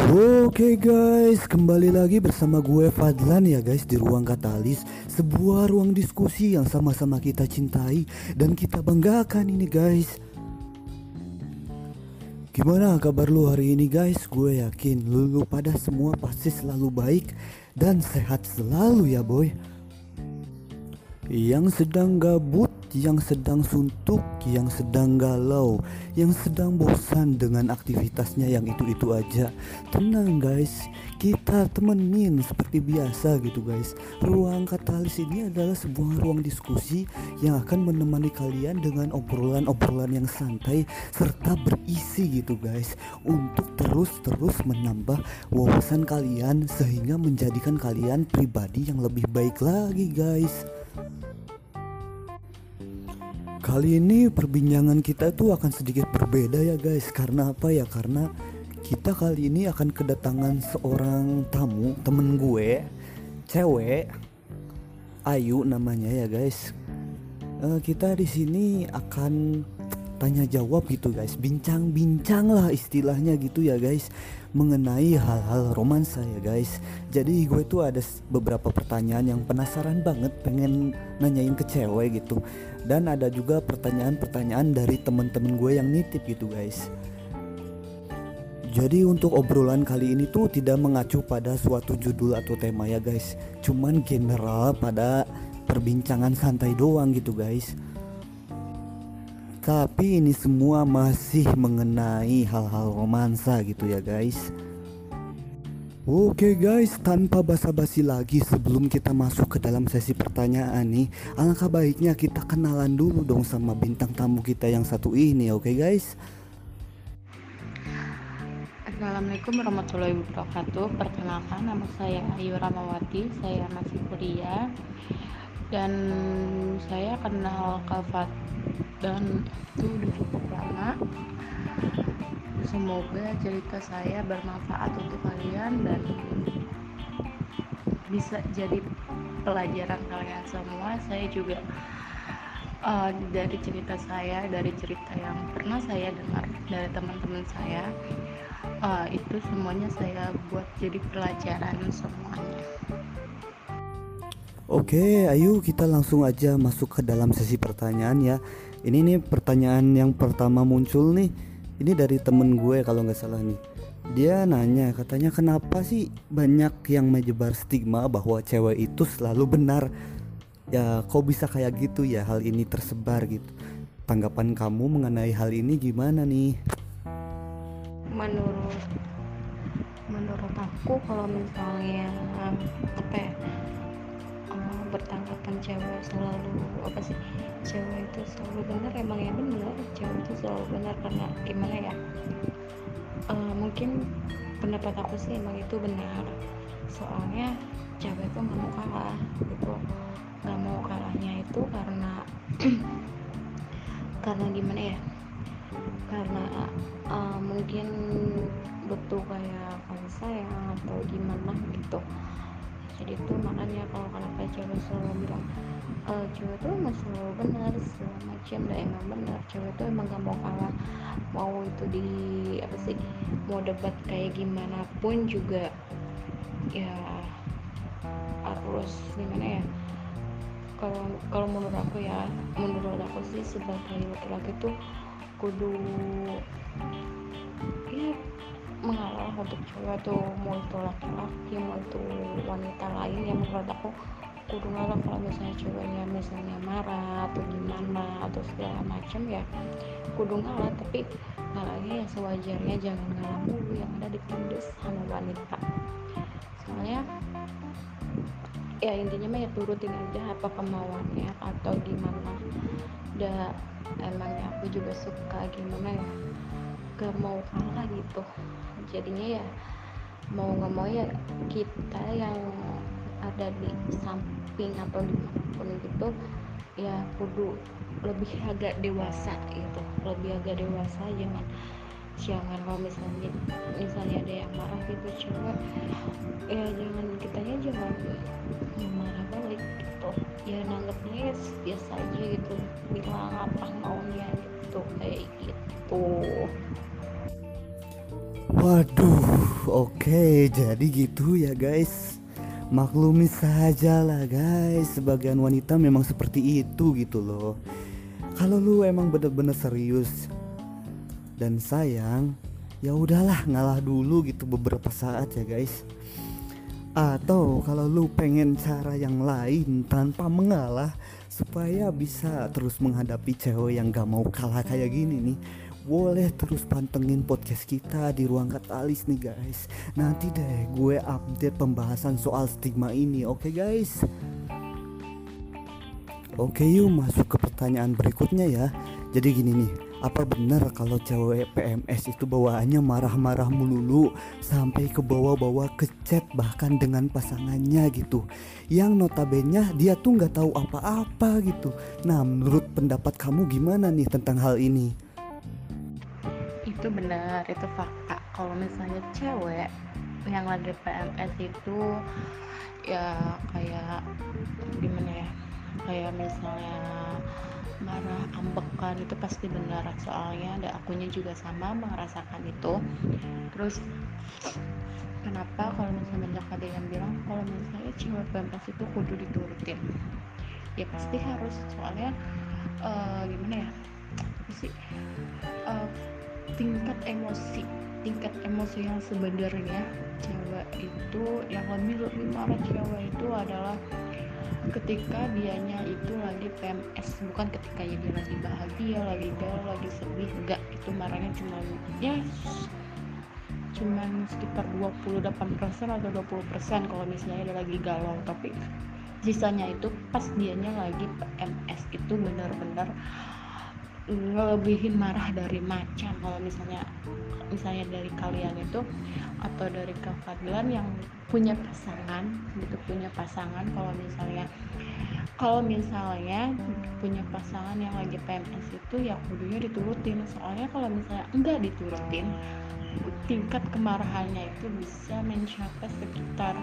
Oke guys, kembali lagi bersama gue Fadlan ya guys di Ruang Katalis, sebuah ruang diskusi yang sama-sama kita cintai dan kita banggakan ini guys. Gimana kabar lu hari ini guys? Gue yakin lu pada semua pasti selalu baik dan sehat selalu ya boy. Yang sedang gabut, yang sedang suntuk, yang sedang galau, yang sedang bosan dengan aktivitasnya yang itu-itu aja, tenang guys, kita temenin seperti biasa gitu guys. Ruang Katalis ini adalah sebuah ruang diskusi yang akan menemani kalian dengan obrolan-obrolan yang santai serta berisi gitu guys, untuk terus menambah wawasan kalian sehingga menjadikan kalian pribadi yang lebih baik lagi guys. Kali ini perbincangan kita tuh akan sedikit berbeda ya guys. Karena apa ya? Karena kita kali ini akan kedatangan seorang tamu, temen gue, cewek, Ayu namanya ya guys. Kita di sini akan tanya jawab gitu guys, bincang-bincang lah istilahnya gitu ya guys, mengenai hal-hal romansa ya guys. Jadi gue tuh ada beberapa pertanyaan yang penasaran banget pengen nanyain ke cewek gitu. Dan ada juga pertanyaan-pertanyaan dari temen-temen gue yang nitip gitu guys. Jadi untuk obrolan kali ini tuh tidak mengacu pada suatu judul atau tema ya guys, cuman general pada perbincangan santai doang gitu guys. Tapi ini semua masih mengenai hal-hal romansa gitu ya guys. Oke guys, tanpa basa-basi lagi sebelum kita masuk ke dalam sesi pertanyaan nih, alangkah baiknya kita kenalan dulu dong sama bintang tamu kita yang satu ini, oke guys? Assalamualaikum warahmatullahi wabarakatuh. Perkenalkan, nama saya Ayu Ramawati, saya masih kuliah dan saya kenal Kak dan itu udah cukup lama. Semoga cerita saya bermanfaat untuk kalian dan bisa jadi pelajaran kalian semua. Saya juga dari cerita saya, dari cerita yang pernah saya dengar dari teman-teman saya, itu semuanya saya buat jadi pelajaran semuanya. Oke, ayo kita langsung aja masuk ke dalam sesi pertanyaan ya. Ini nih pertanyaan yang pertama muncul nih. Ini dari temen gue kalau nggak salah nih. Dia nanya katanya kenapa sih banyak yang menyebar stigma bahwa cewek itu selalu benar. Ya kok bisa kayak gitu ya hal ini tersebar gitu. Tanggapan kamu mengenai hal ini gimana nih? Menurut aku kalau misalnya bertanggapan cewek itu selalu benar, emang ya benar, cewek itu selalu benar. Karena gimana ya, mungkin pendapat aku sih emang itu benar, soalnya cewek itu nggak mau kalah gitu. Nggak mau kalahnya itu karena karena gimana ya, karena mungkin butuh kayak kasih sayang atau gimana gitu. Jadi itu makanya kalau kenapa cewek selalu bilang cewek itu emang selalu benar segala macam, dan emang benar cewek itu emang gak mau kalah. Mau itu di mau debat kayak gimana pun juga ya harus gimana ya, kalau menurut aku sih sebagai laki-laki tuh kudu ya mengalah untuk cewek tuh, mau itu laki-laki mau itu wanita lain. Yang menurut aku kudu ngalah kalau misalnya ceweknya misalnya marah atau gimana atau segala macam, ya kudu ngalah, tapi ngalahnya yang sewajarnya, jangan ngalah mulu yang ada ditindas sama wanita. Soalnya ya intinya mah ya turutin aja apa kemauannya atau gimana. Emangnya aku juga suka gimana ya, gak mau kalah gitu. Jadinya ya mau gak mau ya kita yang ada di samping atau dimanapun gitu ya kudu lebih agak dewasa gitu, jangan kalau misalnya ada yang marah gitu cewek, ya jangan marah balik gitu, ya nanggepnya ya biasa aja gitu, bilang apa maunya gitu, kayak gitu. Waduh, oke, jadi gitu ya guys. Maklumi saja lah guys, sebagian wanita memang seperti itu gitu loh. Kalau lu emang bener-bener serius dan sayang, ya udahlah ngalah dulu gitu beberapa saat ya guys. Atau kalau lu pengen cara yang lain tanpa mengalah supaya bisa terus menghadapi cewek yang gak mau kalah kayak gini nih, boleh terus pantengin podcast kita di Ruang Katalis nih guys. Nanti deh gue update pembahasan soal stigma ini, oke guys? Oke, yuk masuk ke pertanyaan berikutnya ya. Jadi gini nih, apa benar kalau cewek PMS itu bawaannya marah-marah melulu sampai ke bawah-bawah ke chat bahkan dengan pasangannya gitu, yang notabene dia tuh nggak tahu apa-apa gitu. Nah, menurut pendapat kamu gimana nih tentang hal ini? Itu benar, itu fakta. Kalau misalnya cewek yang lagi PMS itu ya kayak gimana ya, kayak misalnya marah, ambekan, itu pasti benar. Soalnya ada akunya juga sama merasakan itu. Terus kenapa kalau misalnya banyak ada yang bilang kalau misalnya cewek PMS itu kudu diturutin, ya pasti harus. Soalnya gimana ya, sih tingkat emosi yang sebenarnya cewek itu yang lebih marah cewek itu adalah ketika dianya itu lagi PMS, bukan ketika dia lagi bahagia, lagi galau, lagi sedih. Enggak, itu marahnya cuman sekitar 28% atau 20% kalau misalnya dia lagi galau. Tapi sisanya itu pas dianya lagi PMS itu benar-benar ngelebihin marah dari macan. Kalau misalnya dari kalian itu atau dari Kak Fadlan yang punya pasangan gitu, kalau misalnya punya pasangan yang lagi PMS itu ya kudunya diturutin. Soalnya kalau misalnya enggak diturutin, tingkat kemarahannya itu bisa mencapai sekitar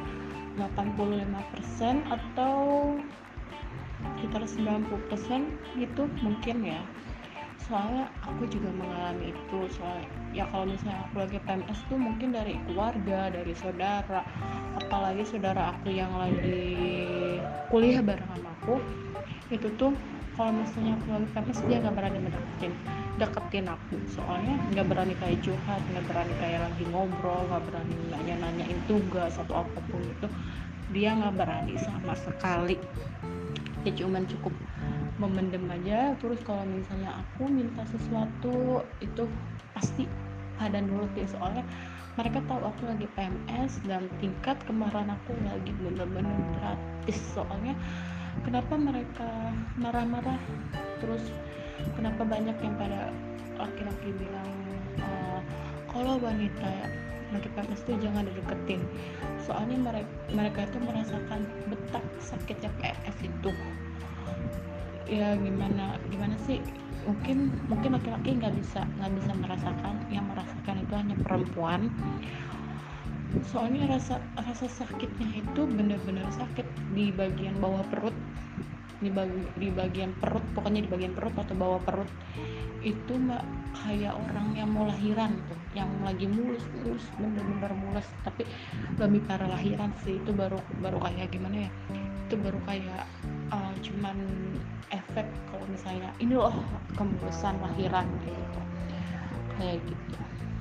85% atau sekitar 90% gitu mungkin ya. Soalnya aku juga mengalami itu. Soalnya ya kalau misalnya aku lagi PMS tuh mungkin dari keluarga, dari saudara, apalagi saudara aku yang lagi kuliah bareng sama aku itu tuh kalau misalnya aku lagi PMS dia nggak berani deketin aku. Soalnya nggak berani kayak curhat, nggak berani kayak lagi ngobrol, nggak berani nanyain tugas atau apapun itu, dia nggak berani sama sekali. Dia cuman cukup memendam aja. Terus kalau misalnya aku minta sesuatu itu pasti pada nurutin. Soalnya mereka tahu aku lagi PMS dan tingkat kemarahan aku lagi bener-bener gratis. Soalnya kenapa mereka marah-marah terus, kenapa banyak yang pada laki-laki bilang kalau wanita lagi PMS itu jangan dideketin. Soalnya mereka itu merasakan betapa sakitnya PMS itu. Ya gimana sih, mungkin laki-laki nggak bisa merasakan. Yang merasakan itu hanya perempuan. Soalnya rasa sakitnya itu benar-benar sakit di bagian bawah perut, di bagian perut, pokoknya di bagian perut atau bawah perut itu kayak orang yang mau lahiran tuh, yang lagi mulus bener-bener mulus. Tapi lebih parah lahiran sih, itu baru kayak gimana ya, itu baru kayak cuman efek kalau misalnya ini loh kemulusan lahiran gitu, kayak gitu.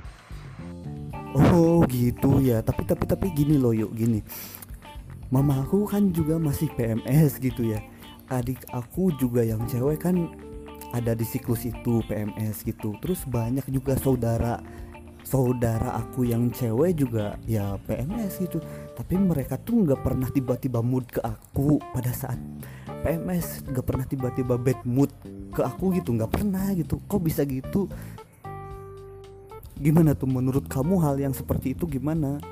Oh gitu ya, tapi gini loh, yuk gini, mama aku kan juga masih PMS gitu ya, adik aku juga yang cewek kan ada di siklus itu PMS gitu. Terus banyak juga saudara aku yang cewek juga ya PMS gitu, tapi mereka tuh nggak pernah tiba-tiba mood ke aku pada saat PMS, nggak pernah tiba-tiba bad mood ke aku gitu, nggak pernah gitu. Kok bisa gitu? Gimana tuh menurut kamu hal yang seperti itu gimana?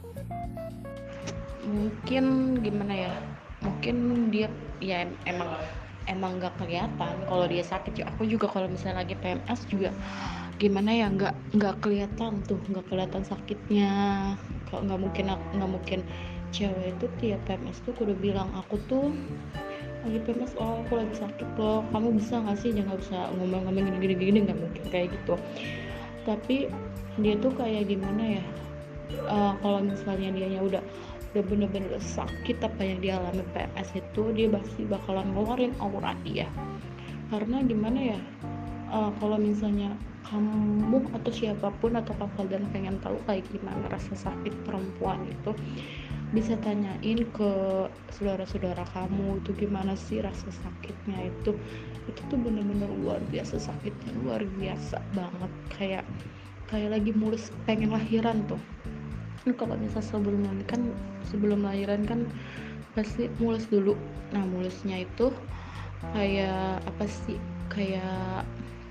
Mungkin gimana ya, mungkin dia ya emang nggak kelihatan kalau dia sakit ya. Aku juga kalau misalnya lagi PMS juga gimana ya, nggak kelihatan sakitnya. Kalau nggak mungkin cewek itu tiap PMS tuh kudu bilang aku tuh lagi PMS, oh aku lagi sakit loh, kamu bisa nggak sih jangan usah ngomong gini, nggak mungkin kayak gitu. Tapi dia tuh kayak gimana ya, kalau misalnya dianya udah bener-bener sakit apa yang dialami PMS itu, dia pasti bakalan ngeluarin aura dia. Karena gimana ya, kalau misalnya kamu atau siapapun atau kalian pengen tahu kayak gimana rasa sakit perempuan itu, bisa tanyain ke saudara-saudara kamu itu gimana sih rasa sakitnya. Itu tuh bener-bener luar biasa sakitnya, luar biasa banget, kayak lagi mulus pengen lahiran tuh. Kalau misal sebelum lahiran kan pasti mulus dulu. Nah, mulusnya itu kayak apa sih, kayak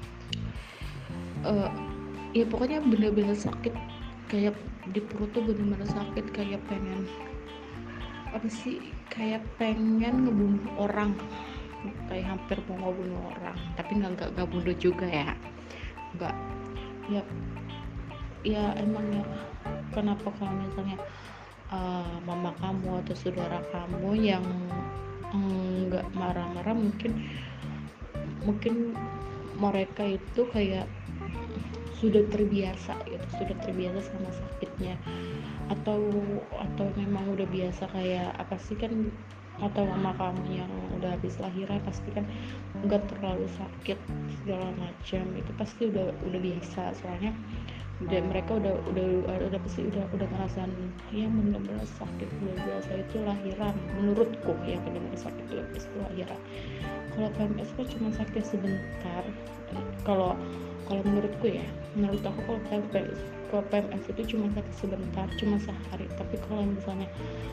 ya pokoknya bener-bener sakit, kayak di perut tuh bener-bener sakit, kayak pengen apa sih, kayak pengen ngebunuh orang, kayak hampir mau ngebunuh orang, tapi nggak bunuh juga ya, nggak, ya emang ya. Kenapa kalau misalnya mama kamu atau saudara kamu yang nggak marah-marah, mungkin mereka itu kayak sudah terbiasa sama sakitnya, atau memang udah biasa, kayak apa sih kan, atau mama kamu yang udah habis lahiran pasti kan nggak terlalu sakit segala macam, itu pasti udah biasa. Soalnya mereka udah pasti udah ngerasain ya bener-bener sakit luar biasa itu lahiran. Menurutku yang bener-bener sakit luar biasa itu lahiran. Kalau PMS kan cuma sakit sebentar. Kalau menurutku ya, menurut aku kalau PMS itu cuma sakit sebentar, cuma sehari. Tapi kalau misalnya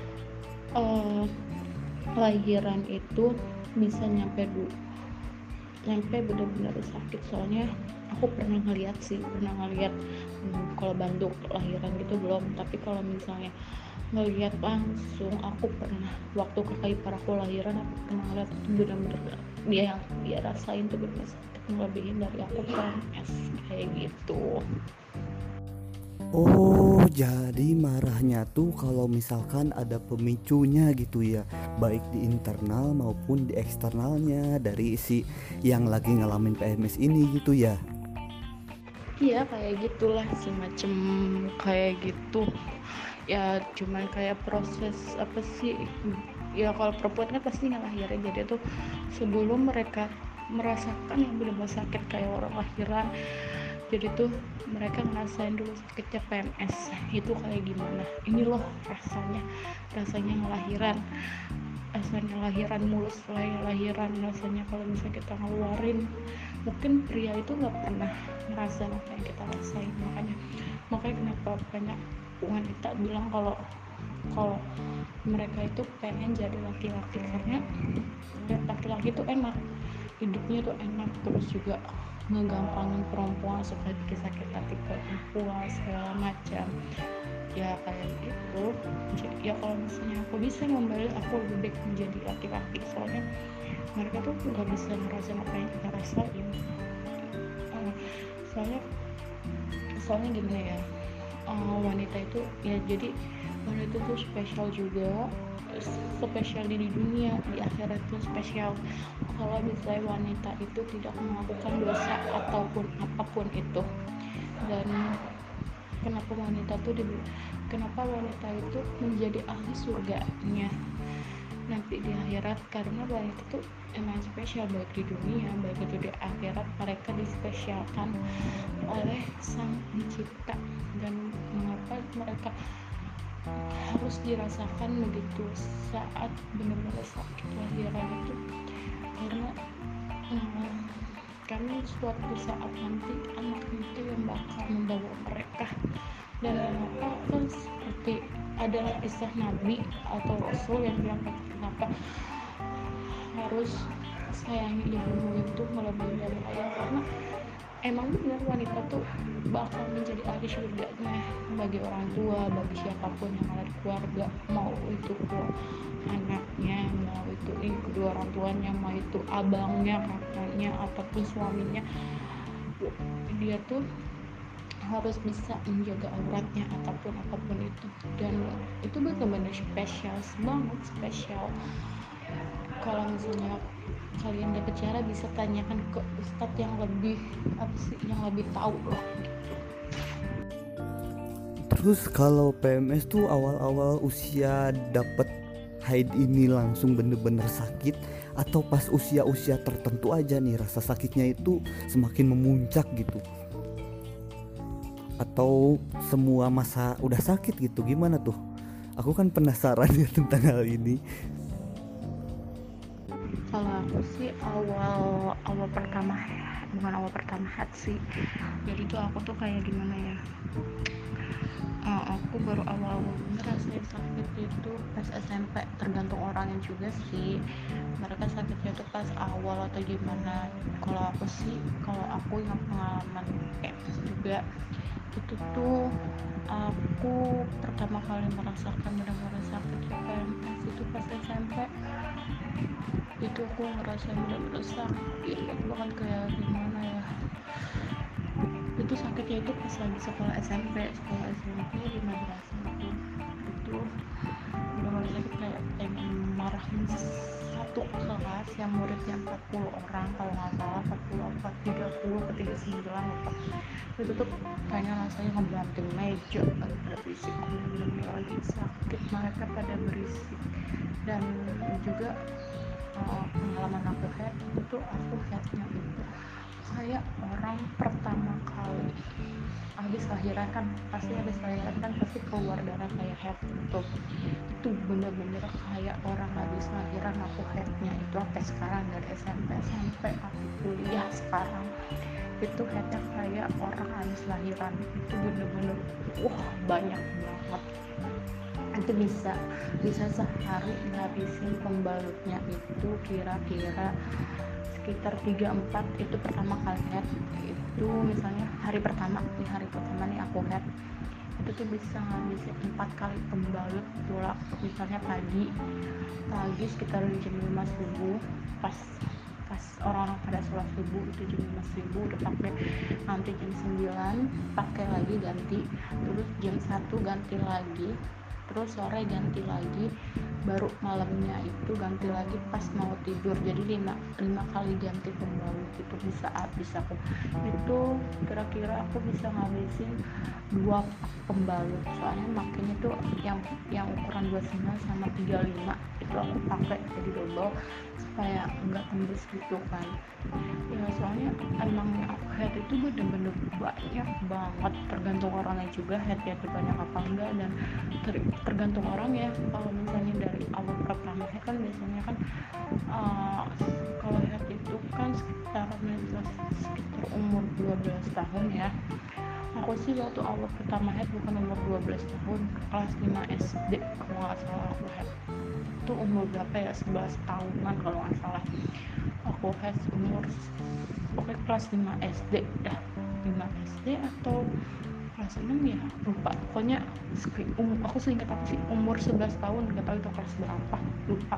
lahiran itu bisa nyampe benar-benar sakit. Soalnya aku pernah ngeliat kalau Bandung lahiran gitu belum, tapi kalau misalnya ngeliat langsung, aku pernah waktu kakak ipar aku lahiran, aku pernah ngeliat itu benar-benar dia rasain tuh benar sakit, ngelebihin dari aku PMS kayak gitu. Oh, jadi marahnya tuh kalau misalkan ada pemicunya gitu ya, baik di internal maupun di eksternalnya dari si yang lagi ngalamin PMS ini gitu ya. Iya, kayak gitulah, semacam kayak gitu ya. Cuman kayak proses apa sih ya, kalau perempuan kan pasti ngelahirin, jadi tuh sebelum mereka merasakan yang benar-benar sakit kayak orang lahiran, jadi tuh mereka ngerasain dulu sakitnya PMS itu kayak gimana. Ini loh rasanya ngelahiran, rasanya lahiran mulus, lahiran rasanya kalau misalnya kita ngeluarin. Mungkin pria itu nggak pernah ngerasain apa yang kita rasain, makanya kenapa banyak wanita bilang kalau mereka itu pengen jadi laki-laki, karena laki-laki itu enak, hidupnya tuh enak, terus juga ngegampangin perempuan supaya bikin sakit hati perempuan segala macam ya kayak gitu. Jadi ya kalau misalnya aku bisa ngembali, aku lebih baik menjadi laki-laki, soalnya mereka tuh nggak bisa ngerasain apa yang kita rasain. Soalnya gimana ya, wanita itu ya, jadi wanita itu spesial juga, spesial di dunia, di akhirat itu spesial. Kalau misalnya wanita itu tidak melakukan dosa ataupun apapun itu. Dan kenapa wanita itu menjadi ahli surganya nanti di akhirat, karena wanita itu emang spesial, baik di dunia baik itu di akhirat. Mereka dispesialkan oleh sang pencipta. Dan mengapa mereka harus dirasakan begitu saat benar-benar sakit lahiran itu, karena suatu saat nanti anak itu yang bakal membawa mereka. Dan kenapa kan seperti adalah kisah Nabi atau Rasul yang bilang kenapa harus sayangi ibumu itu melebihi dari ayah, karena emang benar wanita tuh bakal menjadi ahli surganya bagi orang tua, bagi siapapun yang ada di keluarga, mau itu anaknya, mau itu kedua orang tuanya, mau itu abangnya, kakaknya, ataupun suaminya. Dia tuh harus bisa menjaga auratnya ataupun apapun itu, dan itu benar-benar spesial banget, spesial. Kalau misalnya kalian dapat cara, bisa tanyakan ke ustadz yang lebih tahu lah gitu. Terus kalau PMS tuh awal-awal usia dapet haid ini langsung bener-bener sakit, atau pas usia-usia tertentu aja nih rasa sakitnya itu semakin memuncak gitu, atau semua masa udah sakit gitu, gimana tuh? Aku kan penasaran ya tentang hal ini. Kalau aku sih awal awal pertama, bukan awal pertama head sih, jadi tuh aku tuh kayak gimana ya, aku baru awal-awal ngerasain sakit itu pas SMP. Tergantung orangnya juga sih, mereka sakitnya itu pas awal atau gimana. Kalau aku yang pengalaman kayak juga itu tuh, aku pertama kali merasakan benar-benar sakitnya PMS itu pas SMP. Itu aku ngerasain benar-benar sakit banget, kayak gimana ya, itu sakitnya itu pas lagi sekolah SMP 15 itu benar-benar sakit, kayak pengen marahin satu kelas yang muridnya 40 orang kalau nggak salah, 44, 30 ke 39 lupa. Itu tuh kayaknya rasanya ngebanting meja, ada berisik, bener-bener lagi sakit, mereka pada berisik. Dan juga pengalaman aku head itu, aku headnya itu kayak orang pertama kali habis lahiran kan, pasti keluar darah kayak head itu bener-bener kayak orang habis lahiran. Aku headnya itu sampai sekarang, dari SMP sampai aku kuliah sekarang, itu headnya kayak orang habis lahiran. Itu bener-bener banyak banget. Itu bisa sehari ngabisin pembalutnya itu kira-kira sekitar 3-4. Itu pertama kali head itu, misalnya hari pertama nih aku head itu tuh bisa ngabisin 4 kali pembalut tulak. Misalnya pagi sekitar jam 5 subuh, pas orang-orang pada sholat subuh, itu jam 5 subuh udah pakai, nanti jam 9 pakai lagi ganti, terus jam 1 ganti lagi, terus sore ganti lagi, baru malamnya itu ganti lagi pas mau tidur. Jadi 5 kali ganti pembalut itu bisa habis aku. Itu kira-kira aku bisa ngabisin 2 pembalut, soalnya makanya tuh yang ukuran 29 sama 35 itu aku pakai jadi double supaya enggak tembus gitu kan ya. Soalnya emang aku head itu bener-bener banyak banget, tergantung orangnya juga headnya tuh banyak apa enggak, dan tergantung orang ya. Kalau misalnya dari awal pertama head kan biasanya kan kalau head itu kan sekitar umur 12 tahun ya. Aku sih waktu awal pertama head bukan umur 12 tahun, kelas 5 SD kalau nggak salah aku head. Itu umur berapa ya, 11 tahunan kalau nggak salah aku head, kelas 5 SD dah, 5 SD atau kelas 6 ya, lupa. Pokoknya aku seingat aku sih umur 11 tahun, nggak tahu itu kelas berapa, lupa.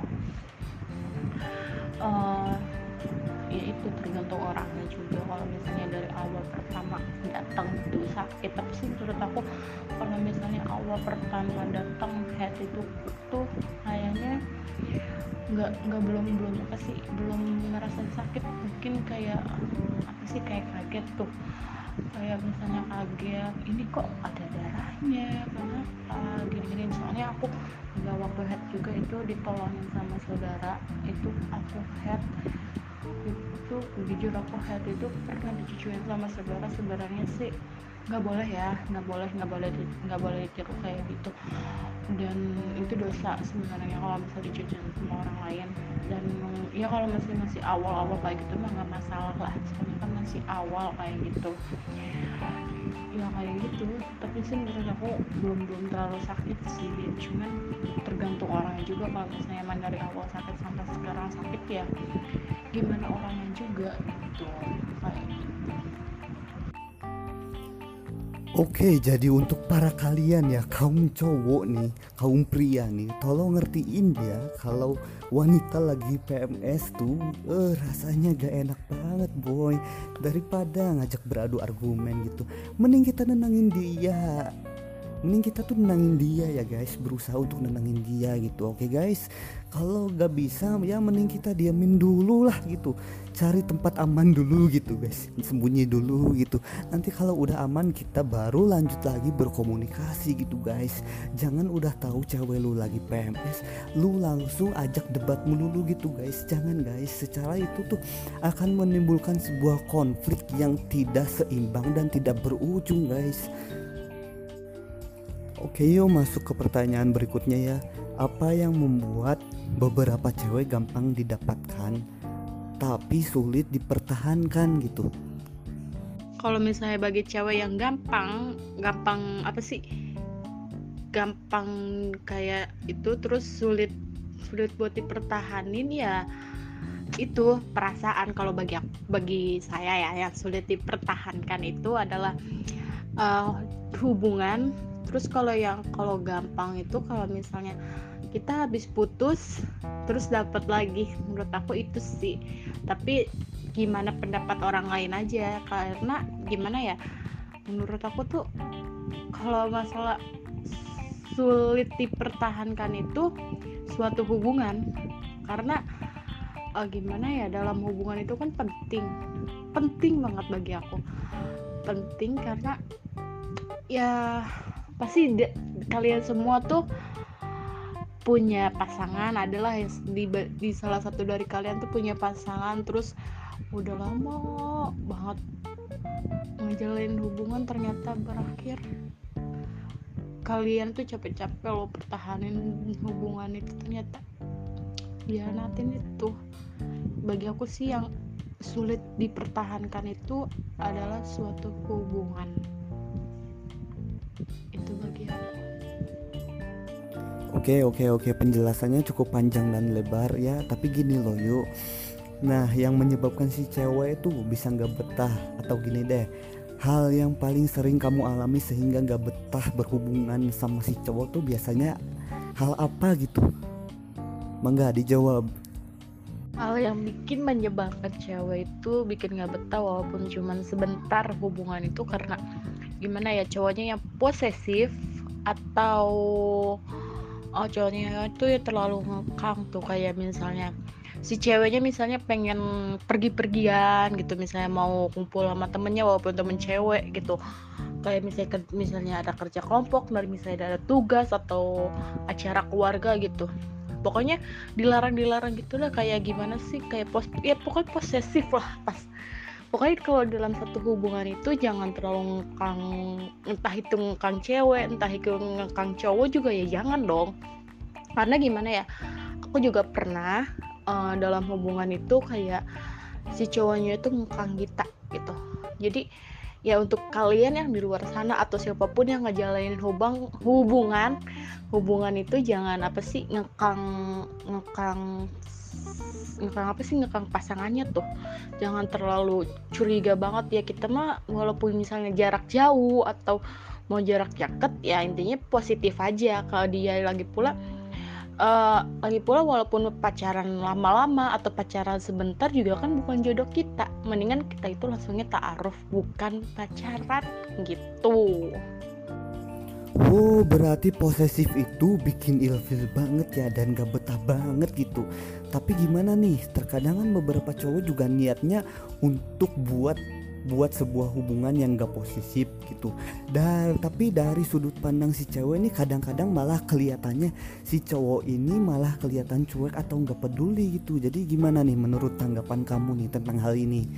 Ya itu tergantung orangnya juga. Kalau misalnya dari awal pertama datang itu sakit, tapi sih menurut aku kalau misalnya awal pertama datang head itu tuh kayaknya belum ngerasain sakit, mungkin kayak kayak kaget tuh, kayak misalnya kaget ini kok ada darahnya, kenapa gini-gini. Soalnya aku nggak waktu head juga itu ditolongin sama saudara. Itu aku head itu, jujur aku head itu pernah dicucuin sama saudaranya sih nggak boleh ditiru kayak gitu, dan itu dosa sebenarnya kalau bisa dicucuin sama orang lain. Dan ya kalau masih awal kayak gitu mah nggak masalah lah, soalnya kan masih awal kayak gitu ya, kayak gitu. Tapi sih menurut aku belum terlalu sakit sih, cuman tergantung orangnya juga. Kalau misalnya emang dari awal sakit sampai sekarang sakit ya gimana orangnya juga gitu, kayak gitu. Oke, jadi untuk para kalian ya, kaum cowok nih, kaum pria nih, tolong ngertiin ya kalau wanita lagi PMS tuh rasanya gak enak banget boy. Daripada ngajak beradu argumen gitu, mending kita nenangin dia. mending kita tuh nenangin dia ya guys, berusaha untuk nenangin dia gitu. Oke guys, kalau gak bisa ya mending kita diamin dulu lah gitu, cari tempat aman dulu gitu guys, sembunyi dulu gitu. Nanti kalau udah aman kita baru lanjut lagi berkomunikasi gitu guys. Jangan udah tahu cewek lu lagi PMS lu langsung ajak debat melulu gitu guys. Jangan guys, secara itu tuh akan menimbulkan sebuah konflik yang tidak seimbang dan tidak berujung guys. Oke, yuk masuk ke pertanyaan berikutnya ya. Apa yang membuat beberapa cewek gampang didapatkan tapi sulit dipertahankan gitu? Kalau misalnya bagi cewek yang gampang apa sih? Gampang kayak itu terus sulit buat dipertahanin ya, itu perasaan. Kalau bagi saya ya, yang sulit dipertahankan itu adalah hubungan. Terus kalau gampang itu kalau misalnya kita habis putus terus dapat lagi, menurut aku itu sih. Tapi gimana pendapat orang lain aja, karena gimana ya, menurut aku tuh kalau masalah sulit dipertahankan itu suatu hubungan, karena gimana ya, dalam hubungan itu kan penting banget bagi aku. Penting karena ya pasti kalian semua tuh punya pasangan, adalah di salah satu dari kalian tuh punya pasangan, terus udah lama banget ngejalin hubungan, ternyata berakhir. Kalian tuh capek-capek lo pertahanin hubungan itu, ternyata dihianatin. Itu bagi aku sih yang sulit dipertahankan itu adalah suatu hubungan. Itu bagi aku. Oke, penjelasannya cukup panjang dan lebar ya. Tapi gini loh yuk, nah yang menyebabkan si cewek itu bisa gak betah, atau gini deh, hal yang paling sering kamu alami sehingga gak betah berhubungan sama si cowok tuh biasanya hal apa gitu? Mangga dijawab. Hal yang bikin menyebabkan cewek itu bikin gak betah walaupun cuman sebentar hubungan itu karena gimana ya, cowoknya yang posesif, atau cowoknya itu ya terlalu ngekang tuh. Kayak misalnya si ceweknya misalnya pengen pergi-pergian gitu, misalnya mau kumpul sama temennya walaupun temen cewek gitu, kayak misalnya ada kerja kelompok, misalnya ada tugas atau acara keluarga gitu, pokoknya dilarang gitu lah. Kayak gimana sih, kayak pokoknya posesif lah. Pokoknya kalau dalam satu hubungan itu jangan terlalu ngekang, entah itu ngekang cewek, entah itu ngekang cowok juga ya jangan dong. Karena gimana ya, aku juga pernah dalam hubungan itu kayak si cowoknya itu ngekang kita gitu. Jadi ya untuk kalian yang di luar sana atau siapapun yang ngejalanin hubungan itu jangan ngekang pasangannya tuh. Jangan terlalu curiga banget ya. Kita mah walaupun misalnya jarak jauh atau mau jarak dekat ya intinya positif aja. Kalau dia lagi pula walaupun pacaran lama-lama atau pacaran sebentar juga kan bukan jodoh kita. Mendingan kita itu langsungnya ta'aruf, bukan pacaran gitu. Oh, berarti posesif itu bikin ilfil banget ya dan gak betah banget gitu. Tapi gimana nih, terkadang kan beberapa cowok juga niatnya untuk buat sebuah hubungan yang gak posesif gitu. Tapi dari sudut pandang si cewek ini kadang-kadang malah kelihatannya si cowok ini malah kelihatan cuek atau gak peduli gitu. Jadi gimana nih menurut tanggapan kamu nih tentang hal ini?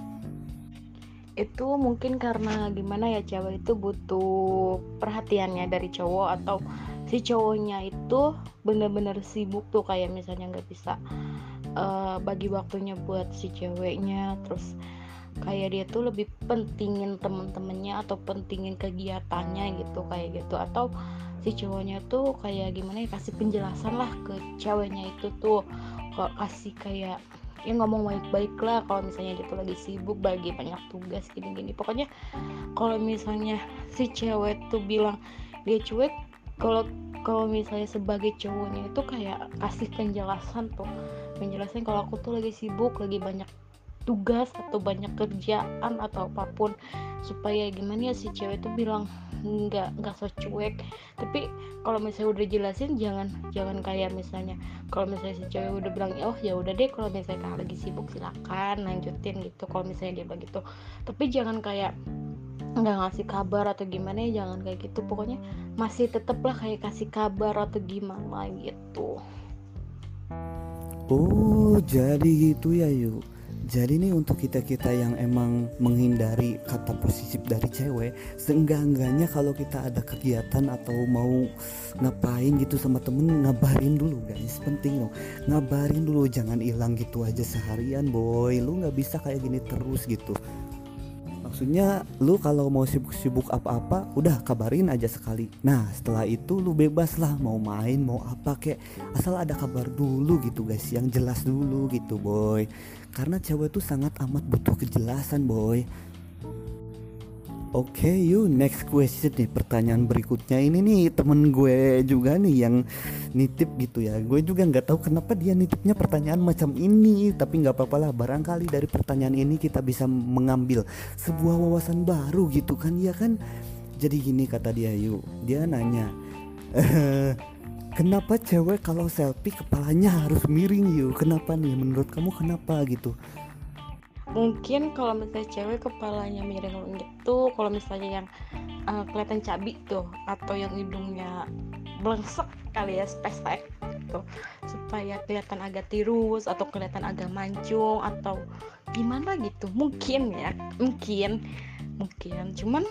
Itu mungkin karena gimana ya, cewek itu butuh perhatiannya dari cowok, atau si cowoknya itu bener-bener sibuk tuh, kayak misalnya nggak bisa bagi waktunya buat si ceweknya. Terus kayak dia tuh lebih pentingin temen-temennya atau pentingin kegiatannya gitu, kayak gitu. Atau si cowoknya tuh kayak gimana ya, kasih penjelasan lah ke ceweknya itu tuh, kok kasih kayak ya ngomong baik-baik lah kalau misalnya dia tuh lagi sibuk, lagi banyak tugas gini-gini. Pokoknya kalau misalnya si cewek tuh bilang dia cuek, kalau misalnya sebagai cowoknya itu kayak kasih penjelasan kalau aku tuh lagi sibuk, lagi banyak tugas atau banyak kerjaan atau apapun, supaya gimana ya si cewek itu bilang nggak so cuek. Tapi kalau misalnya udah jelasin, jangan jangan kayak misalnya kalau misalnya si cewek udah bilang oh ya udah deh kalau misalnya kakak lagi sibuk silakan lanjutin gitu, kalau misalnya dia bilang gitu. Tapi jangan kayak nggak ngasih kabar atau gimana ya, jangan kayak gitu. Pokoknya masih tetep lah kayak kasih kabar atau gimana gitu. Oh, jadi gitu ya, yuk. Jadi nih untuk kita-kita yang emang menghindari kata posesif dari cewek, seenggak-enggaknya kalau kita ada kegiatan atau mau ngapain gitu sama temen, ngabarin dulu guys, penting loh. Ngabarin dulu, jangan hilang gitu aja seharian boy. Lu nggak bisa kayak gini terus gitu. Maksudnya lu kalau mau sibuk-sibuk apa-apa udah kabarin aja sekali. Nah setelah itu lu bebas lah mau main mau apa kek, asal ada kabar dulu gitu guys, yang jelas dulu gitu boy. Karena cewek tuh sangat amat butuh kejelasan boy. Oke, yuk next question nih, pertanyaan berikutnya ini nih temen gue juga nih yang nitip gitu ya. Gue juga nggak tahu kenapa dia nitipnya pertanyaan macam ini, tapi nggak apa-apa lah. Barangkali dari pertanyaan ini kita bisa mengambil sebuah wawasan baru gitu kan, ya kan? Jadi gini kata dia, yuk. Dia nanya, kenapa cewek kalau selfie kepalanya harus miring yuk? Kenapa nih? Menurut kamu kenapa gitu? Mungkin kalau misalnya cewek kepalanya miring gitu, kalau misalnya yang kelihatan cabi tuh, atau yang hidungnya blengsek kali ya, spesek gitu, supaya kelihatan agak tirus atau kelihatan agak mancung atau gimana gitu. Mungkin ya, mungkin cuman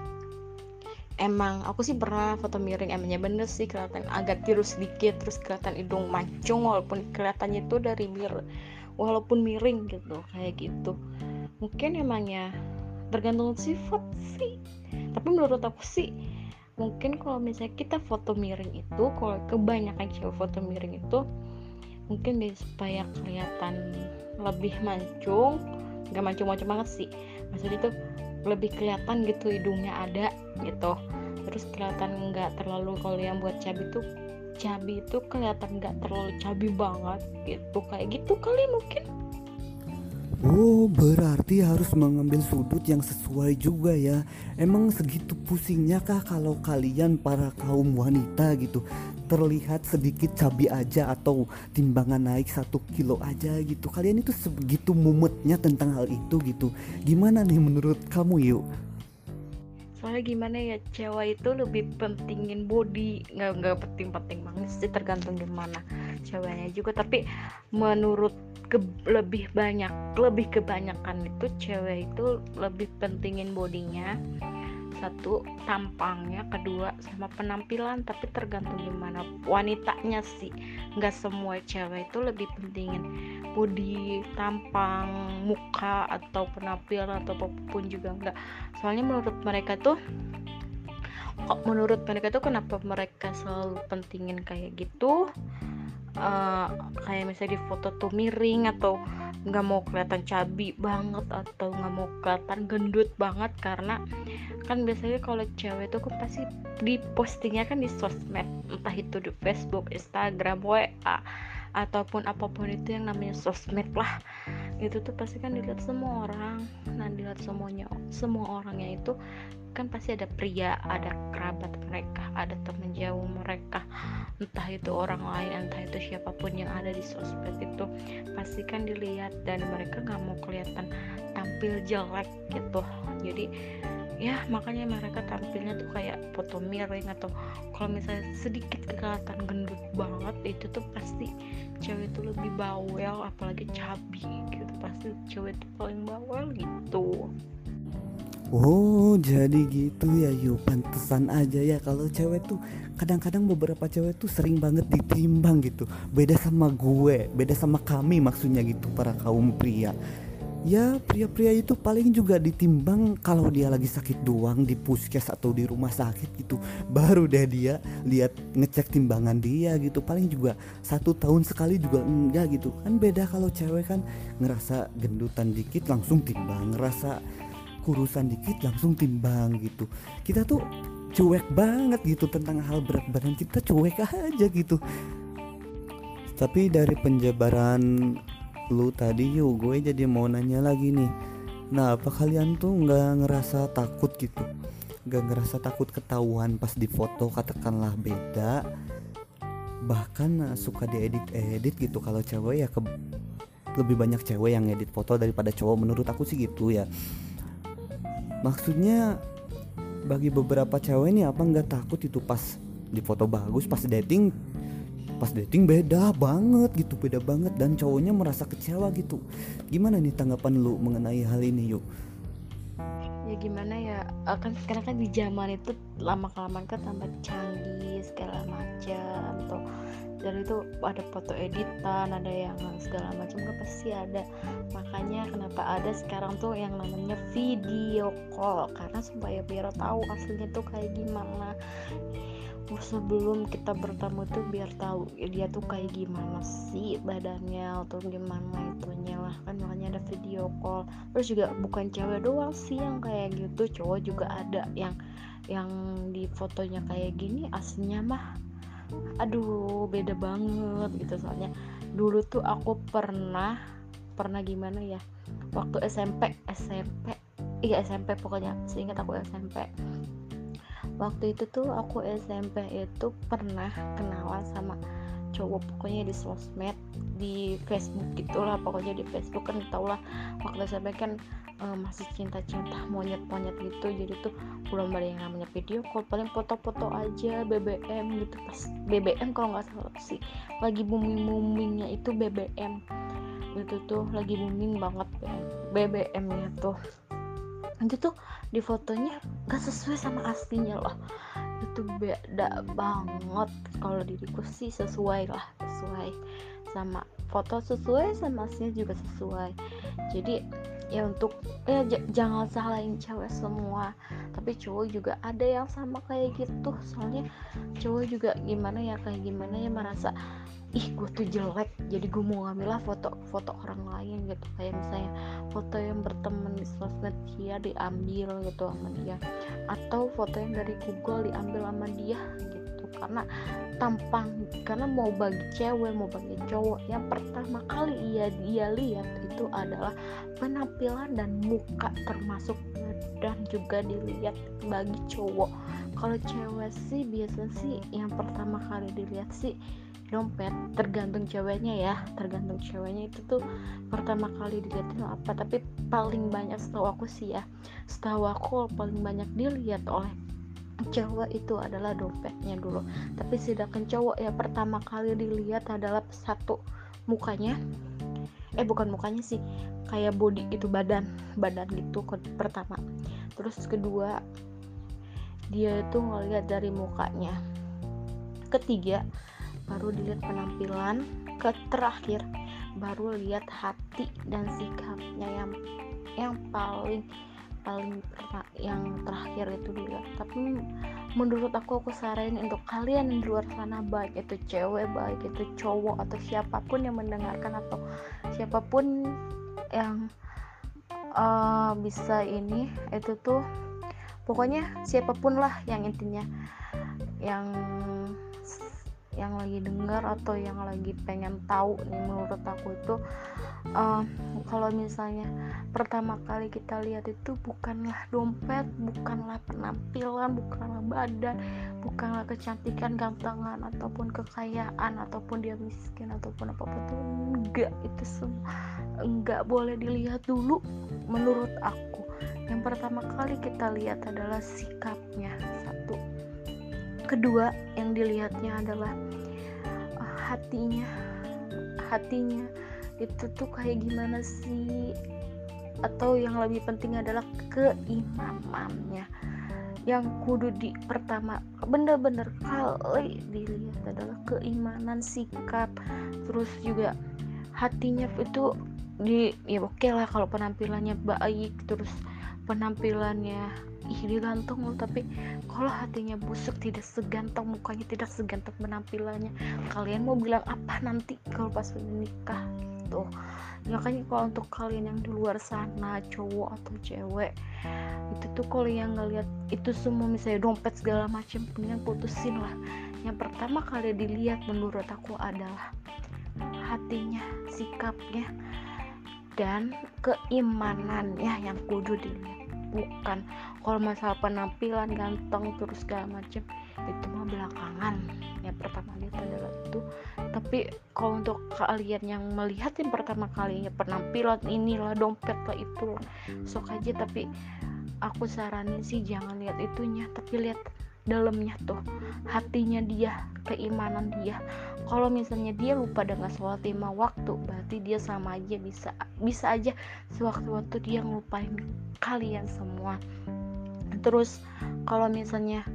emang aku sih pernah foto miring, emangnya bener sih kelihatan agak tirus sedikit, terus kelihatan hidung mancung walaupun kelihatannya itu dari mirror, walaupun miring gitu, kayak gitu. Mungkin emangnya tergantung sifat sih, tapi menurut aku sih mungkin kalau misalnya kita foto miring itu, kalau kebanyakan cewek foto miring itu mungkin supaya kelihatan lebih mancung, nggak mancung-mancung banget sih, maksudnya itu lebih kelihatan gitu hidungnya ada gitu, terus kelihatan nggak terlalu, kalau yang buat cabi itu kelihatan nggak terlalu cabi banget gitu, kayak gitu kali mungkin. Oh, berarti harus mengambil sudut yang sesuai juga ya. Emang segitu pusingnya kah kalau kalian para kaum wanita gitu terlihat sedikit cabi aja atau timbangan naik 1 kilo aja gitu? Kalian itu sebegitu mumetnya tentang hal itu gitu. Gimana nih menurut kamu yuk? Soalnya gimana ya, cewek itu lebih pentingin body, nggak penting-penting banget sih, tergantung gimana ceweknya juga. Tapi menurut lebih kebanyakan itu cewek itu lebih pentingin bodinya, satu tampangnya, kedua sama penampilan. Tapi tergantung gimana wanitanya sih, nggak semua cewek itu lebih pentingin body, tampang, muka atau penampilan atau apapun juga enggak. Soalnya menurut mereka tuh kenapa mereka selalu pentingin kayak gitu, kayak misalnya di foto tuh miring atau nggak mau kelihatan cabi banget atau nggak mau kelihatan gendut banget, karena kan biasanya kalau cewek tuh kan pasti di postingnya kan di sosmed, entah itu di Facebook, Instagram, WA ataupun apapun itu yang namanya sosmed lah, itu tuh pasti kan dilihat semua orang. Nah, dilihat semua orangnya itu kan pasti ada pria, ada kerabat mereka, ada teman jauh mereka, entah itu orang lain, entah itu siapapun yang ada di sosmed itu pasti kan dilihat, dan mereka nggak mau kelihatan tampil jelek gitu. Jadi ya makanya mereka tampilnya tuh kayak foto miring, atau kalau misalnya sedikit kelihatan gendut banget itu tuh pasti cewek itu lebih bawel, apalagi cabi gitu, pasti cewek itu paling bawel gitu. Oh, jadi gitu ya yuk. Pantesan aja ya kalau cewek tuh kadang-kadang beberapa cewek tuh sering banget ditimbang gitu. Beda sama gue, beda sama kami maksudnya gitu, para kaum pria. Ya pria-pria itu paling juga ditimbang kalau dia lagi sakit doang di puskes atau di rumah sakit gitu. Baru deh dia lihat ngecek timbangan dia gitu. Paling juga 1 tahun sekali juga enggak gitu. Kan beda kalau cewek kan ngerasa gendutan dikit langsung timbang, ngerasa kurusan dikit langsung timbang gitu. Kita tuh cuek banget gitu tentang hal berat badan kita, cuek aja gitu. Tapi dari penjabaran lu tadi yuk, gue jadi mau nanya lagi nih. Nah, apa kalian tuh nggak ngerasa takut gitu? Nggak ngerasa takut ketahuan pas di foto katakanlah beda, bahkan suka diedit gitu. Kalau cewek ya lebih banyak cewek yang edit foto daripada cowok, menurut aku sih gitu ya. Maksudnya bagi beberapa cewek nih, apa nggak takut itu pas di foto bagus, pas dating beda banget gitu, beda banget, dan cowoknya merasa kecewa gitu. Gimana nih tanggapan lu mengenai hal ini yuk? Ya gimana ya, kan sekarang kan di zaman itu lama kelamaan kan tambah canggih segala macam tuh. Dari itu ada foto editan, ada yang segala macam kan pasti ada. Makanya kenapa ada sekarang tuh yang namanya video call, karena supaya biar tahu aslinya tuh kayak gimana. Sebelum kita bertemu tuh biar tahu dia tuh kayak gimana sih badannya atau gimana itunya lah kan, makanya ada video call. Terus juga bukan cewek doang sih yang kayak gitu, cowok juga ada yang di fotonya kayak gini, aslinya mah aduh beda banget gitu. Soalnya dulu tuh aku pernah gimana ya, waktu SMP pokoknya, seingat aku SMP. Waktu itu tuh aku SMP itu pernah kenalan sama cowok, pokoknya di sosmed, di Facebook gitulah. Pokoknya di Facebook kan tau lah, waktu SMP kan masih cinta-cinta monyet-monyet gitu. Jadi tuh belum ada yang namanya video call, paling foto-foto aja BBM gitu. Pas BBM kalau nggak salah sih lagi booming-boomingnya itu BBM gitu, tuh lagi booming banget BBM-nya tuh. Itu tuh di fotonya gak sesuai sama aslinya loh, itu beda banget. Kalau diriku sih sesuai sama foto, sesuai sama aslinya juga sesuai. Jadi ya untuk jangan salahin cewek semua, tapi cowok juga ada yang sama kayak gitu. Soalnya cowok juga gimana ya merasa ih gue tuh jelek, jadi gue mau ngambil lah foto orang lain gitu. Kayak misalnya foto yang berteman di sosmed dia diambil gitu sama dia, atau foto yang dari Google diambil sama dia gitu. Karena tampang, karena mau bagi cewek mau bagi cowok, yang pertama kali dia lihat itu adalah penampilan dan muka, termasuk badan juga dilihat bagi cowok. Kalau cewek sih biasa sih yang pertama kali dilihat sih dompet, tergantung ceweknya itu tuh pertama kali dilihatin apa. Tapi paling banyak setahu aku paling banyak dilihat oleh cewek itu adalah dompetnya dulu. Tapi sedangkan cowok ya pertama kali dilihat adalah satu mukanya, bukan mukanya sih, kayak body gitu, badan gitu pertama. Terus kedua dia itu ngelihat dari mukanya, ketiga baru dilihat penampilan, terakhir baru lihat hati dan sikapnya yang paling yang terakhir itu dilihat. Tapi menurut aku saranin untuk kalian yang di luar sana, baik itu cewek, baik itu cowok, atau siapapun yang mendengarkan atau siapapun yang bisa ini, itu tuh pokoknya siapapun lah yang intinya yang lagi dengar atau yang lagi pengen tahu nih, menurut aku itu kalau misalnya pertama kali kita lihat itu bukanlah dompet, bukanlah penampilan, bukanlah badan, bukanlah kecantikan, gantengan, ataupun kekayaan, ataupun dia miskin, ataupun apapun itu enggak. Itu semua enggak boleh dilihat dulu menurut aku. Yang pertama kali kita lihat adalah sikapnya, satu. Kedua yang dilihatnya adalah hatinya itu tuh kayak gimana sih, atau yang lebih penting adalah keimanannya. Yang kudu di pertama bener-bener kali dilihat adalah keimanan, sikap, terus juga hatinya itu ya oke lah kalau penampilannya baik, terus penampilannya digantung loh, tapi kalau hatinya busuk, tidak seganteng mukanya, tidak seganteng penampilannya, kalian mau bilang apa nanti kalau pas menikah gitu. Makanya kalau untuk kalian yang di luar sana, cowok atau cewek, itu tuh kalau yang ngelihat itu semua misalnya dompet segala macam, mendingan putusin lah. Yang pertama kali dilihat menurut aku adalah hatinya, sikapnya, dan keimanan ya yang kudu dilihat, bukan kalau masalah penampilan ganteng terus segala macam itu mah belakangan. Yang pertama lihat adalah itu. Tapi kalau untuk kalian yang melihat yang pertama kalinya penampilan inilah, dompet lah, itulah, sok aja. Tapi aku saranin sih jangan lihat itunya, tapi lihat dalamnya tuh, hatinya dia, keimanan dia. Kalau misalnya dia lupa dengan sholat 5 waktu, berarti dia sama aja bisa aja sewaktu-waktu dia ngelupain kalian semua. Terus kalau misalnya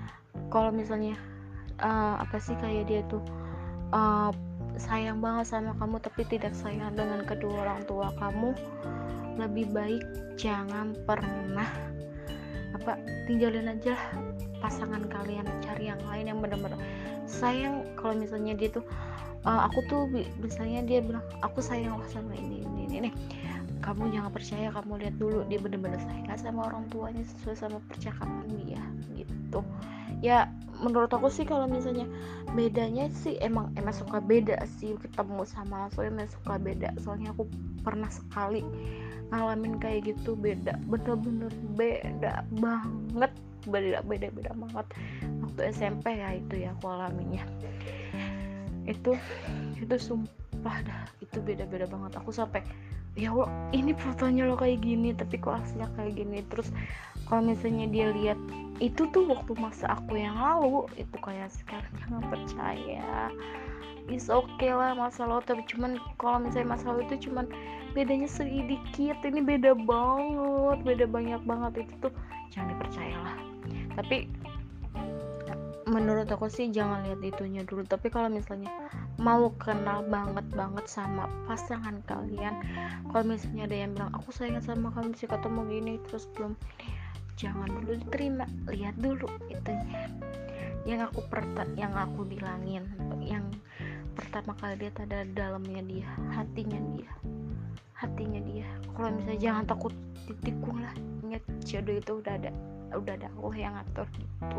apa sih, kayak dia tuh sayang banget sama kamu tapi tidak sayang dengan kedua orang tua kamu, lebih baik jangan pernah tinggalin aja pasangan kalian, cari yang lain yang benar-benar sayang. Kalau misalnya dia tuh aku tuh misalnya dia bilang aku sayang loh sama ini, kamu jangan percaya, kamu lihat dulu dia benar-benar sayang sama orang tuanya sesuai sama percakapan dia gitu. Ya menurut aku sih kalau misalnya bedanya sih emang suka beda sih, ketemu sama soalnya suka beda. Soalnya aku pernah sekali ngalamin kayak gitu, beda, bener-bener beda banget, beda banget waktu SMP ya, itu ya aku alaminya. Itu sumpah dah, itu beda banget. Aku sampai ya Allah, ini fotonya lo kayak gini tapi kok aslinya kayak gini. Terus kalau misalnya dia lihat itu tuh waktu masa aku yang lalu, itu kayak sekarang jangan percaya. Is okay lah masa lalu, tapi cuman kalau misalnya masa lalu itu cuman bedanya sedikit, ini beda banyak banget. Itu tuh jangan dipercaya lah. Tapi menurut aku sih jangan lihat itunya dulu. Tapi kalau misalnya mau kenal banget sama pasangan kalian, kalau misalnya ada yang bilang aku sayang sama kamu sih ketemu gini terus belum ini, jangan dulu diterima, lihat dulu itunya. Yang aku bilangin, yang pertama kali lihat ada dalamnya dia, hatinya dia. Kalau misalnya jangan takut ditikung lah, ingat jodoh itu udah ada Allah yang ngatur gitu.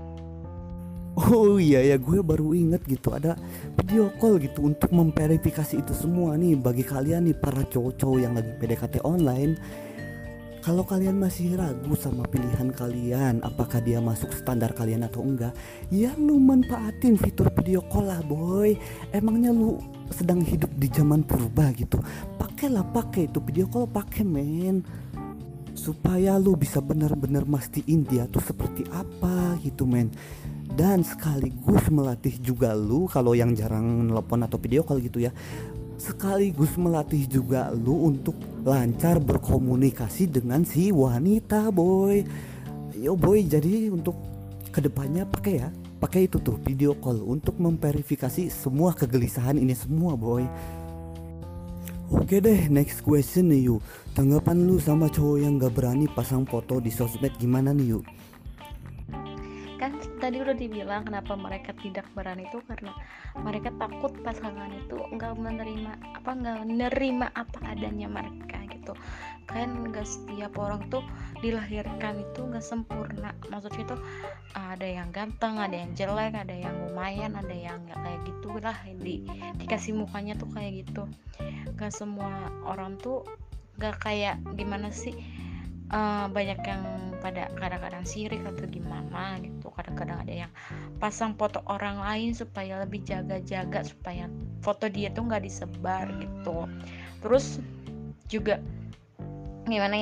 Oh iya ya, gue baru inget gitu ada video call gitu untuk memverifikasi itu semua nih. Bagi kalian nih para cowok-cowok yang lagi PDKT online, kalau kalian masih ragu sama pilihan kalian, apakah dia masuk standar kalian atau enggak, ya lu manfaatin fitur video call lah boy. Emangnya lu sedang hidup di zaman purba gitu? Pakai itu video call, pakai men, supaya lu bisa benar-benar mastiin dia tuh seperti apa gitu men. Dan sekaligus melatih juga lu, kalau yang jarang nelpon atau video call gitu ya, sekaligus melatih juga lu untuk lancar berkomunikasi dengan si wanita boy. Yo boy, jadi untuk kedepannya pakai itu tuh video call untuk memverifikasi semua kegelisahan ini semua boy. Oke deh, next question nih yuk. Tanggapan lu sama cowok yang gak berani pasang foto di sosmed gimana nih yuk? Kan tadi udah dibilang kenapa mereka tidak berani itu karena mereka takut pasangan itu nggak menerima apa adanya mereka gitu kan. Nggak setiap orang tuh dilahirkan itu nggak sempurna, maksudnya itu ada yang ganteng, ada yang jelek, ada yang lumayan, ada yang nggak kayak gitu lah, dikasih mukanya tuh kayak gitu. Nggak semua orang tuh nggak kayak gimana sih, banyak yang pada kadang-kadang sirik atau gimana gitu. Kadang-kadang ada yang pasang foto orang lain supaya lebih jaga-jaga supaya foto dia tuh nggak disebar gitu. Terus juga gimana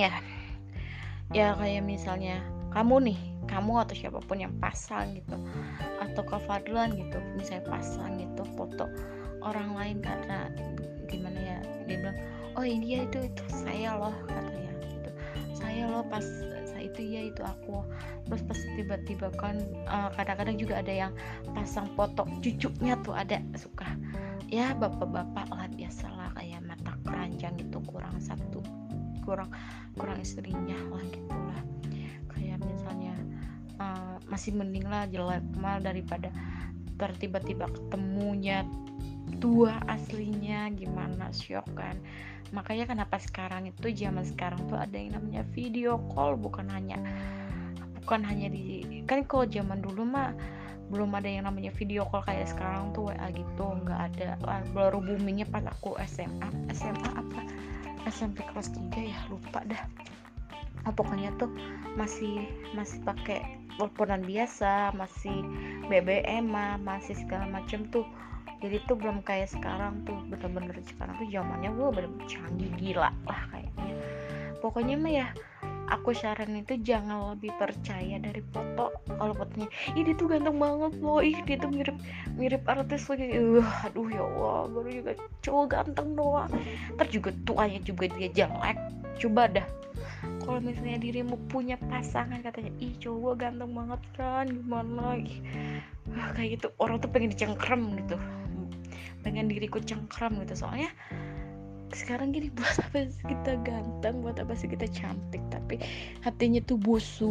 ya kayak misalnya kamu atau siapapun yang pasang gitu, atau Kak Fadlan gitu misalnya pasang gitu foto orang lain karena gimana ya, dia bilang oh ini itu saya loh katanya gitu, saya loh pas saya itu ya itu aku. Terus pas tiba-tiba kan kadang-kadang juga ada yang pasang foto cucunya tuh, ada suka ya bapak-bapak lah biasalah kayak mata keranjang gitu, kurang istrinya lah gitulah. Kayak misalnya masih mending lah jelek mal daripada tiba-tiba ketemunya tua aslinya, gimana syok kan. Makanya kenapa sekarang itu zaman sekarang tuh ada yang namanya video call, bukan hanya di kan. Kalau zaman dulu mah belum ada yang namanya video call kayak sekarang tuh WA gitu, nggak ada. Baru boomingnya pas aku SMA apa SMP kelas 3 ya, lupa dah. Pokoknya tuh masih pakai teleponan biasa, masih BBM, masih segala macam tuh. Jadi tuh belum kayak sekarang tuh, bener-bener sekarang tuh zamannya gue bener-bener canggih gila lah kayaknya. Pokoknya mah ya, aku saran itu jangan lebih percaya dari foto. Kalau fotonya, ih dia tuh ganteng banget loh, ih dia tuh mirip artis lagi, aduh ya Allah, baru juga cowok ganteng doang, ntar juga tuanya juga dia jelek. Coba dah, kalau misalnya dirimu punya pasangan katanya, ih cowok ganteng banget kan, gimana, kayak gitu, orang tuh pengen dicengkrem gitu, pengen diriku cengkram gitu. Soalnya sekarang gini, buat apa sih kita ganteng, buat apa sih kita cantik, tapi hatinya tuh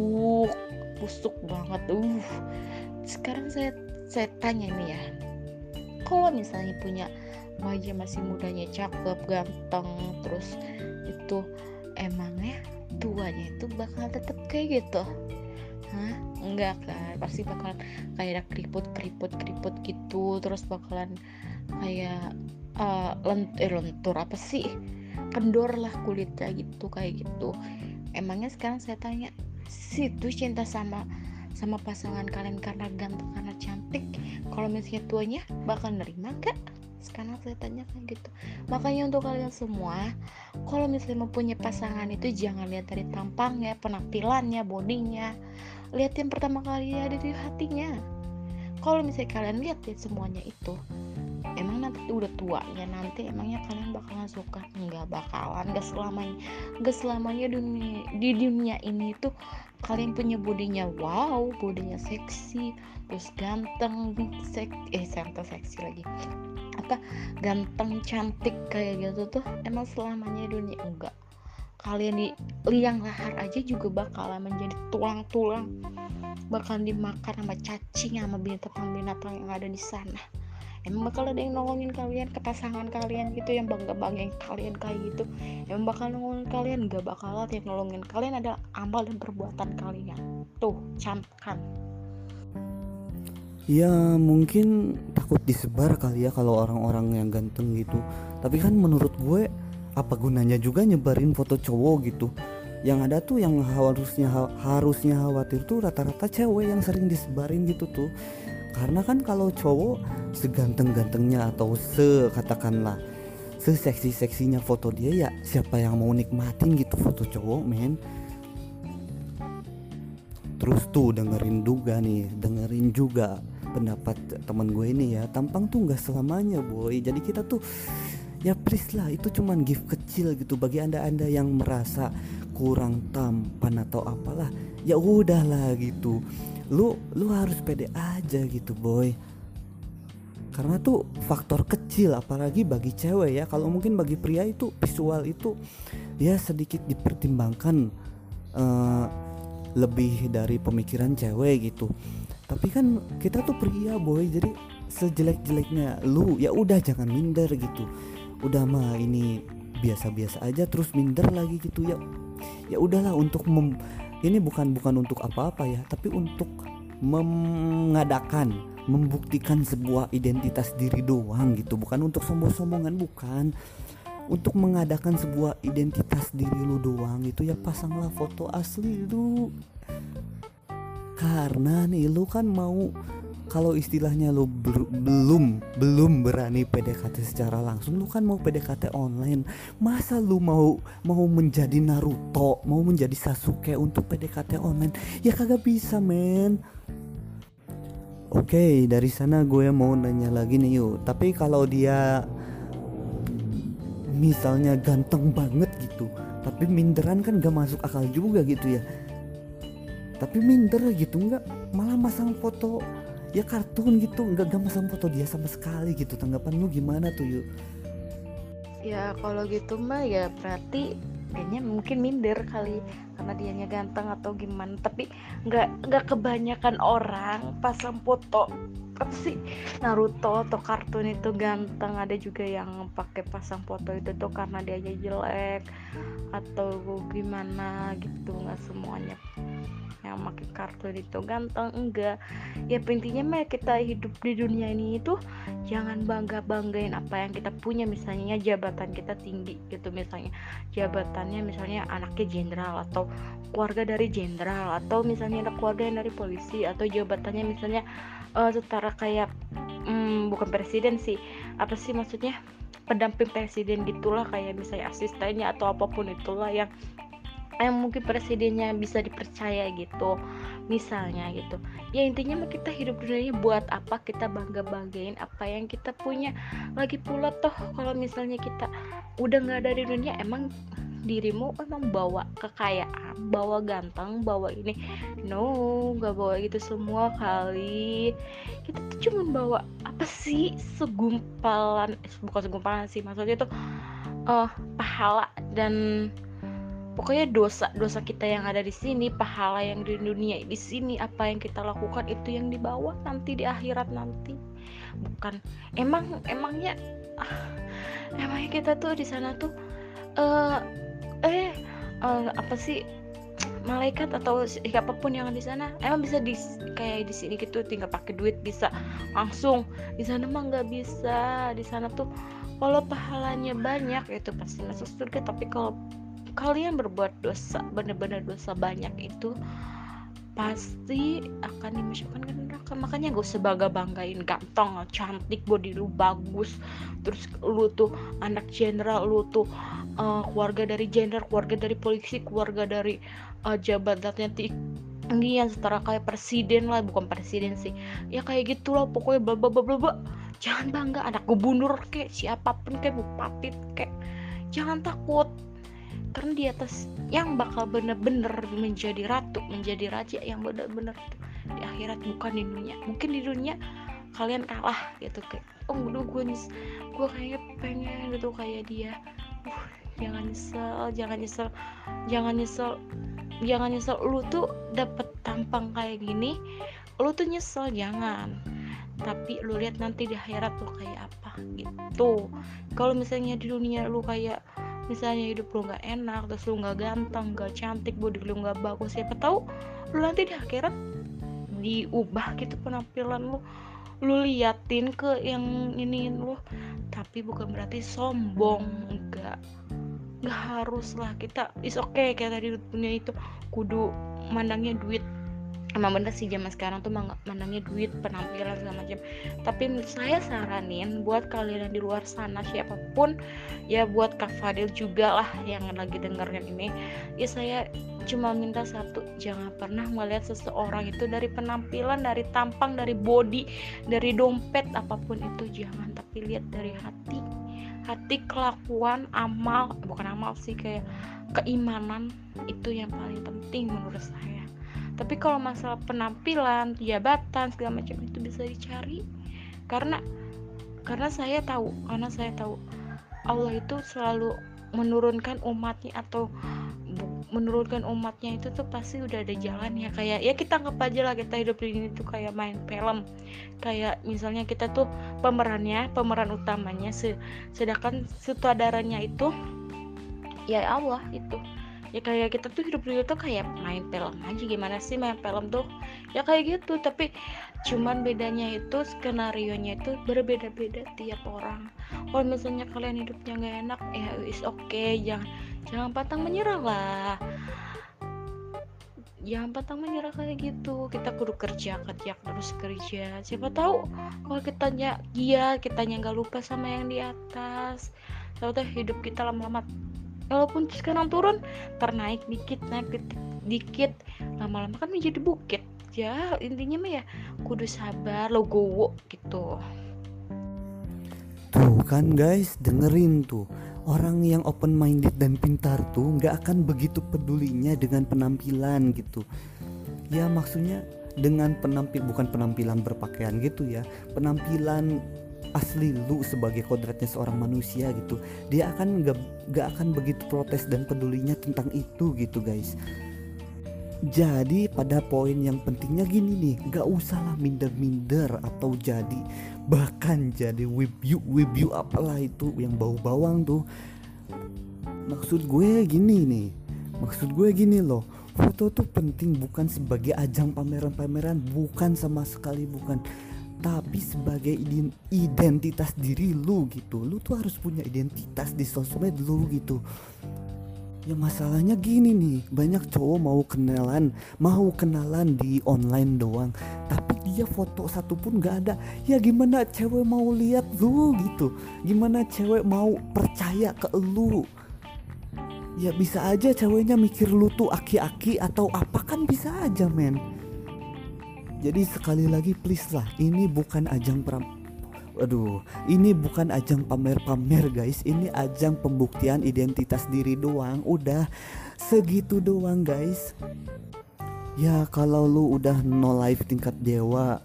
busuk banget. Sekarang saya tanya nih ya, kalau misalnya punya wajah masih mudanya cakep, ganteng, terus itu emangnya tuanya itu bakal tetap kayak gitu? Hah? Enggak kan, pasti bakalan kayak ada keriput gitu, terus bakalan kayak lentur apa sih, kendor lah kulitnya gitu, kayak gitu. Emangnya sekarang saya tanya, situ cinta sama pasangan kalian karena ganteng, karena cantik, kalau misalnya tuanya bakal nerima gak? Sekarang saya tanya kayak gitu. Makanya untuk kalian semua, kalau misalnya mempunyai pasangan itu jangan lihat dari tampangnya, penampilannya, bodinya, lihat yang pertama kali ada di hatinya. Kalau misalnya kalian lihat semuanya itu, emang nanti udah tuanya nanti emangnya kalian bakalan suka? Enggak bakalan, enggak selamanya di dunia ini tuh kalian punya bodinya wow, bodinya seksi, terus ganteng, seksi lagi, ganteng cantik kayak gitu tuh emang selamanya dunia? Enggak. Kalian di liang lahat aja juga bakalan menjadi tulang-tulang, bakalan dimakan sama cacing, sama binatang-binatang yang ada di sana. Emang bakal ada yang nolongin kalian ke pasangan kalian gitu, yang bangga-banggain kalian kayak gitu? Emang bakal nolongin kalian? Gak bakalan. Yang nolongin kalian adalah amal dan perbuatan kalian. Tuh, camkan. Ya mungkin takut disebar kali ya kalau orang-orang yang ganteng gitu. Tapi kan menurut gue, apa gunanya juga nyebarin foto cowok gitu. Yang ada tuh yang harusnya khawatir tuh rata-rata cewek yang sering disebarin gitu tuh. Karena kan kalau cowok seganteng-gantengnya atau katakanlah seseksi-seksinya foto dia, ya siapa yang mau nikmatin gitu foto cowok, men. Terus tuh dengerin juga pendapat teman gue ini ya, tampang tuh nggak selamanya boy. Jadi kita tuh ya please lah, itu cuman gift kecil gitu bagi anda yang merasa kurang tampan atau apalah. Ya udahlah gitu, lu harus pede aja gitu boy, karena tuh faktor kecil apalagi bagi cewek ya. Kalau mungkin bagi pria itu visual itu ya sedikit dipertimbangkan lebih dari pemikiran cewek gitu. Tapi kan kita tuh pria boy, jadi sejelek-jeleknya lu ya udah jangan minder gitu. Udah mah ini biasa-biasa aja terus minder lagi gitu ya. Ya udahlah, untuk ini bukan untuk apa-apa ya, tapi untuk membuktikan sebuah identitas diri doang gitu, bukan untuk sombong-sombongan, bukan. Untuk mengadakan sebuah identitas diri lu doang itu ya pasanglah foto asli lu. Karena nih lu kan mau, kalau istilahnya lu belum berani PDKT secara langsung, lu kan mau PDKT online. Masa lu mau menjadi Naruto, mau menjadi Sasuke untuk PDKT online? Ya kagak bisa, men. Oke, dari sana gue mau nanya lagi nih yuk. Tapi kalau dia misalnya ganteng banget gitu, tapi minderan kan gak masuk akal juga gitu ya. Tapi minder gitu, nggak malah masang foto ya kartun gitu, nggak masang foto dia sama sekali gitu. Tanggapan lu gimana tuh yuk? Ya kalau gitu mah ya berarti dianya mungkin minder kali karena dianya ganteng atau gimana. Tapi nggak kebanyakan orang pasang foto apa sih Naruto atau kartun itu ganteng. Ada juga yang pakai pasang foto itu tuh karena dianya jelek atau gimana gitu. Nggak semuanya yang pakai kartu itu ganteng, enggak. Ya intinya mah kita hidup di dunia ini itu jangan banggain apa yang kita punya. Misalnya jabatan kita tinggi gitu, misalnya jabatannya misalnya anaknya jenderal atau keluarga dari jenderal, atau misalnya ada keluarga yang dari polisi, atau jabatannya misalnya setara kayak bukan presiden sih, apa sih maksudnya, pendamping presiden gitulah, kayak misalnya asistennya atau apapun itulah yang mungkin presidennya bisa dipercaya gitu misalnya gitu. Ya intinya mah kita hidup dunianya buat apa kita banggain apa yang kita punya. Lagi pula toh kalau misalnya kita udah nggak ada di dunia, emang dirimu emang bawa kekayaan, bawa ganteng, bawa ini? No, nggak bawa gitu semua kali. Kita tuh cuma bawa apa sih, segumpalan, bukan segumpalan sih, maksudnya tuh pahala dan pokoknya dosa kita yang ada di sini, pahala yang di dunia di sini, apa yang kita lakukan itu yang dibawa nanti di akhirat nanti. Bukan emangnya kita tuh di sana tuh apa sih, malaikat atau siapapun yang di sana emang bisa kayak di sini gitu tinggal pakai duit bisa langsung. Di sana mah nggak bisa. Di sana tuh kalau pahalanya banyak itu pasti masuk surga, tapi kalau kalian berbuat dosa, benar-benar dosa banyak, itu pasti akan dimasukkan ke neraka. Makanya gak usah banggain ganteng, cantik, body lu bagus, terus lu tuh anak jenderal, lu tuh keluarga dari jenderal, keluarga dari polisi, keluarga dari jabatannya tinggi yang setara kayak presiden lah, bukan presiden sih ya, kayak gitu loh pokoknya bla bla bla bla. Jangan bangga anak gubernur kayak siapapun, kayak bupati kayak, jangan takut. Karena di atas yang bakal bener-bener menjadi ratu, menjadi raja yang bener-bener di akhirat, bukan di dunia. Mungkin di dunia kalian kalah gitu, kayak udah gue kayaknya pengen gitu kayak dia. Jangan nyesel lu tuh dapet tampang kayak gini, lu tuh nyesel, jangan. Tapi lu lihat nanti di akhirat lu kayak apa gitu. Kalau misalnya di dunia lu kayak misalnya hidup lu nggak enak, terus lu nggak ganteng, nggak cantik, body lu nggak bagus, siapa tahu lu nanti di akhirat diubah gitu penampilan lu liatin ke yang ini lu. Tapi bukan berarti sombong, nggak harus lah. Kita is okay kayak tadi dunia itu kudu mandangnya duit. Emang bener sih zaman sekarang tuh mandangnya duit, penampilan segala macam. Tapi menurut saya saranin buat kalian yang di luar sana, siapapun ya, buat Kak Fadil juga lah yang lagi dengerin ini, ya saya cuma minta satu, jangan pernah melihat seseorang itu dari penampilan, dari tampang, dari body, dari dompet, apapun itu jangan. Tapi lihat dari hati, kelakuan, amal, bukan amal sih, kayak keimanan, itu yang paling penting menurut saya. Tapi kalau masalah penampilan, jabatan, segala macam itu bisa dicari. Karena saya tahu Allah itu selalu menurunkan umatnya, atau menurunkan umatnya itu tuh pasti udah ada jalannya. Kayak ya kita anggap aja lah kita hidup di ini tuh kayak main film. Kayak misalnya kita tuh pemeran utamanya, sedangkan sutradaranya itu ya Allah itu. Ya kayak kita tuh hidup dulu tuh kayak main film aja. Gimana sih main film tuh ya kayak gitu, tapi cuman bedanya itu skenarionya itu berbeda-beda tiap orang. Kalau misalnya kalian hidupnya gak enak, ya is okay, jangan pantang menyerah lah, jangan pantang menyerah kayak gitu. Kita kudu kerja terus kerja. Siapa tahu kalau kitanya gak lupa sama yang di atas, tahu hidup kita lama-lama walaupun sekarang turun, ternaik dikit, lama-lama kan menjadi bukit. Ya intinya mah ya kudu sabar, logowo gitu. Tuh kan guys, dengerin tuh, orang yang open minded dan pintar tuh nggak akan begitu pedulinya dengan penampilan gitu. Ya maksudnya dengan bukan penampilan berpakaian gitu ya, penampilan asli lu sebagai kodratnya seorang manusia gitu. Dia akan gak akan begitu protes dan pedulinya tentang itu gitu guys. Jadi pada poin yang pentingnya gini nih, gak usahlah minder-minder atau bahkan jadi wibyu apalah itu yang bau bawang tuh. Maksud gue gini loh, Foto tuh penting bukan sebagai ajang pameran-pameran, bukan, sama sekali bukan, tapi sebagai identitas diri lu gitu. Lu tuh harus punya identitas di sosmed lu gitu. Ya masalahnya gini nih, banyak cowok mau kenalan di online doang, tapi dia foto satu pun gak ada. Ya gimana cewek mau lihat lu gitu? Gimana cewek mau percaya ke lu? Ya bisa aja ceweknya mikir lu tuh aki-aki atau apa, kan bisa aja men. Jadi sekali lagi please lah, ini bukan ajang ini bukan ajang pamer-pamer guys, ini ajang pembuktian identitas diri doang. Udah segitu doang guys. Ya kalau lu udah no life tingkat dewa,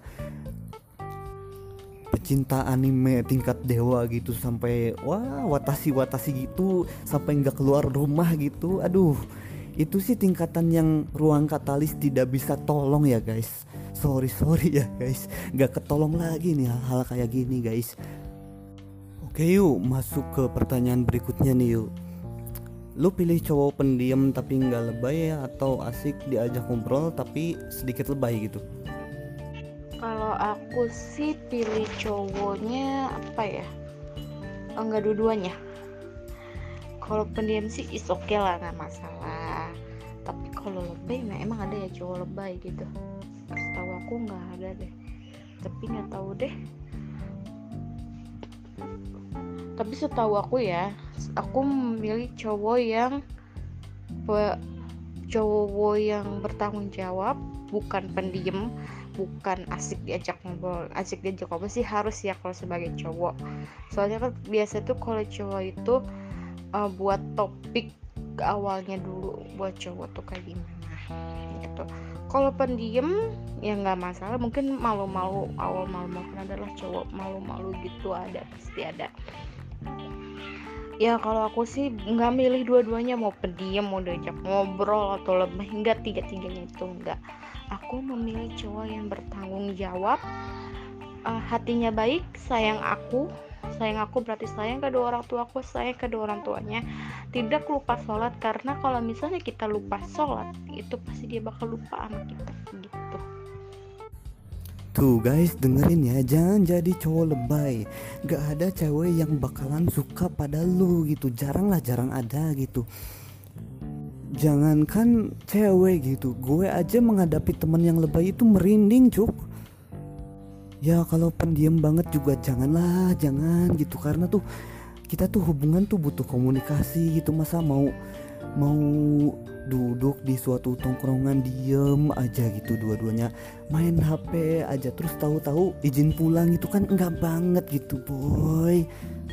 pecinta anime tingkat dewa gitu, sampai wah watashi gitu, sampai nggak keluar rumah gitu, aduh itu sih tingkatan yang ruang katalis tidak bisa tolong ya guys. Sorry ya guys, nggak ketolong lagi nih hal-hal kayak gini guys. Oke yuk masuk ke pertanyaan berikutnya nih yuk. Lu pilih cowok pendiam tapi nggak lebay ya, atau asik diajak ngobrol tapi sedikit lebay gitu? Kalau aku sih pilih cowoknya apa ya, enggak dua-duanya. Kalau pendiam sih is okay lah, nggak masalah. Tapi kalau lebay emang ada ya cowok lebay gitu? Setahu aku nggak ada deh, tapi nggak tahu deh. Tapi setahu aku ya, aku memilih cowok yang bertanggung jawab, bukan pendiam, bukan asik diajak ngobrol. Asik diajak ngobrol sih harus ya kalau sebagai cowok. Soalnya kan biasa tuh kalau cowok itu buat topik awalnya dulu buat cowok tuh kayak gimana gitu. Kalau pendiam ya nggak masalah, mungkin malu-malu, awal malu-malu kan adalah cowok malu-malu gitu, ada, pasti ada. Ya kalau aku sih nggak milih dua-duanya, mau pendiam mau diajak ngobrol atau lebih, enggak, tiga-tiganya itu enggak. Aku memilih cowok yang bertanggung jawab, hatinya baik, sayang aku berarti sayang kedua orang tuaku, sayang kedua orang tuanya, tidak lupa sholat, karena kalau misalnya kita lupa sholat itu pasti dia bakal lupa sama kita gitu. Tuh guys, dengerin ya, jangan jadi cowok lebay. Gak ada cewek yang bakalan suka pada lu gitu, jarang ada gitu. Jangankan cewek gitu, gue aja menghadapi temen yang lebay itu merinding cuk. Ya kalau pendiam banget juga jangan gitu, karena tuh kita tuh hubungan tuh butuh komunikasi gitu. Masa mau duduk di suatu tongkrongan diem aja gitu, dua-duanya main HP aja terus tahu-tahu izin pulang itu kan enggak banget gitu boy.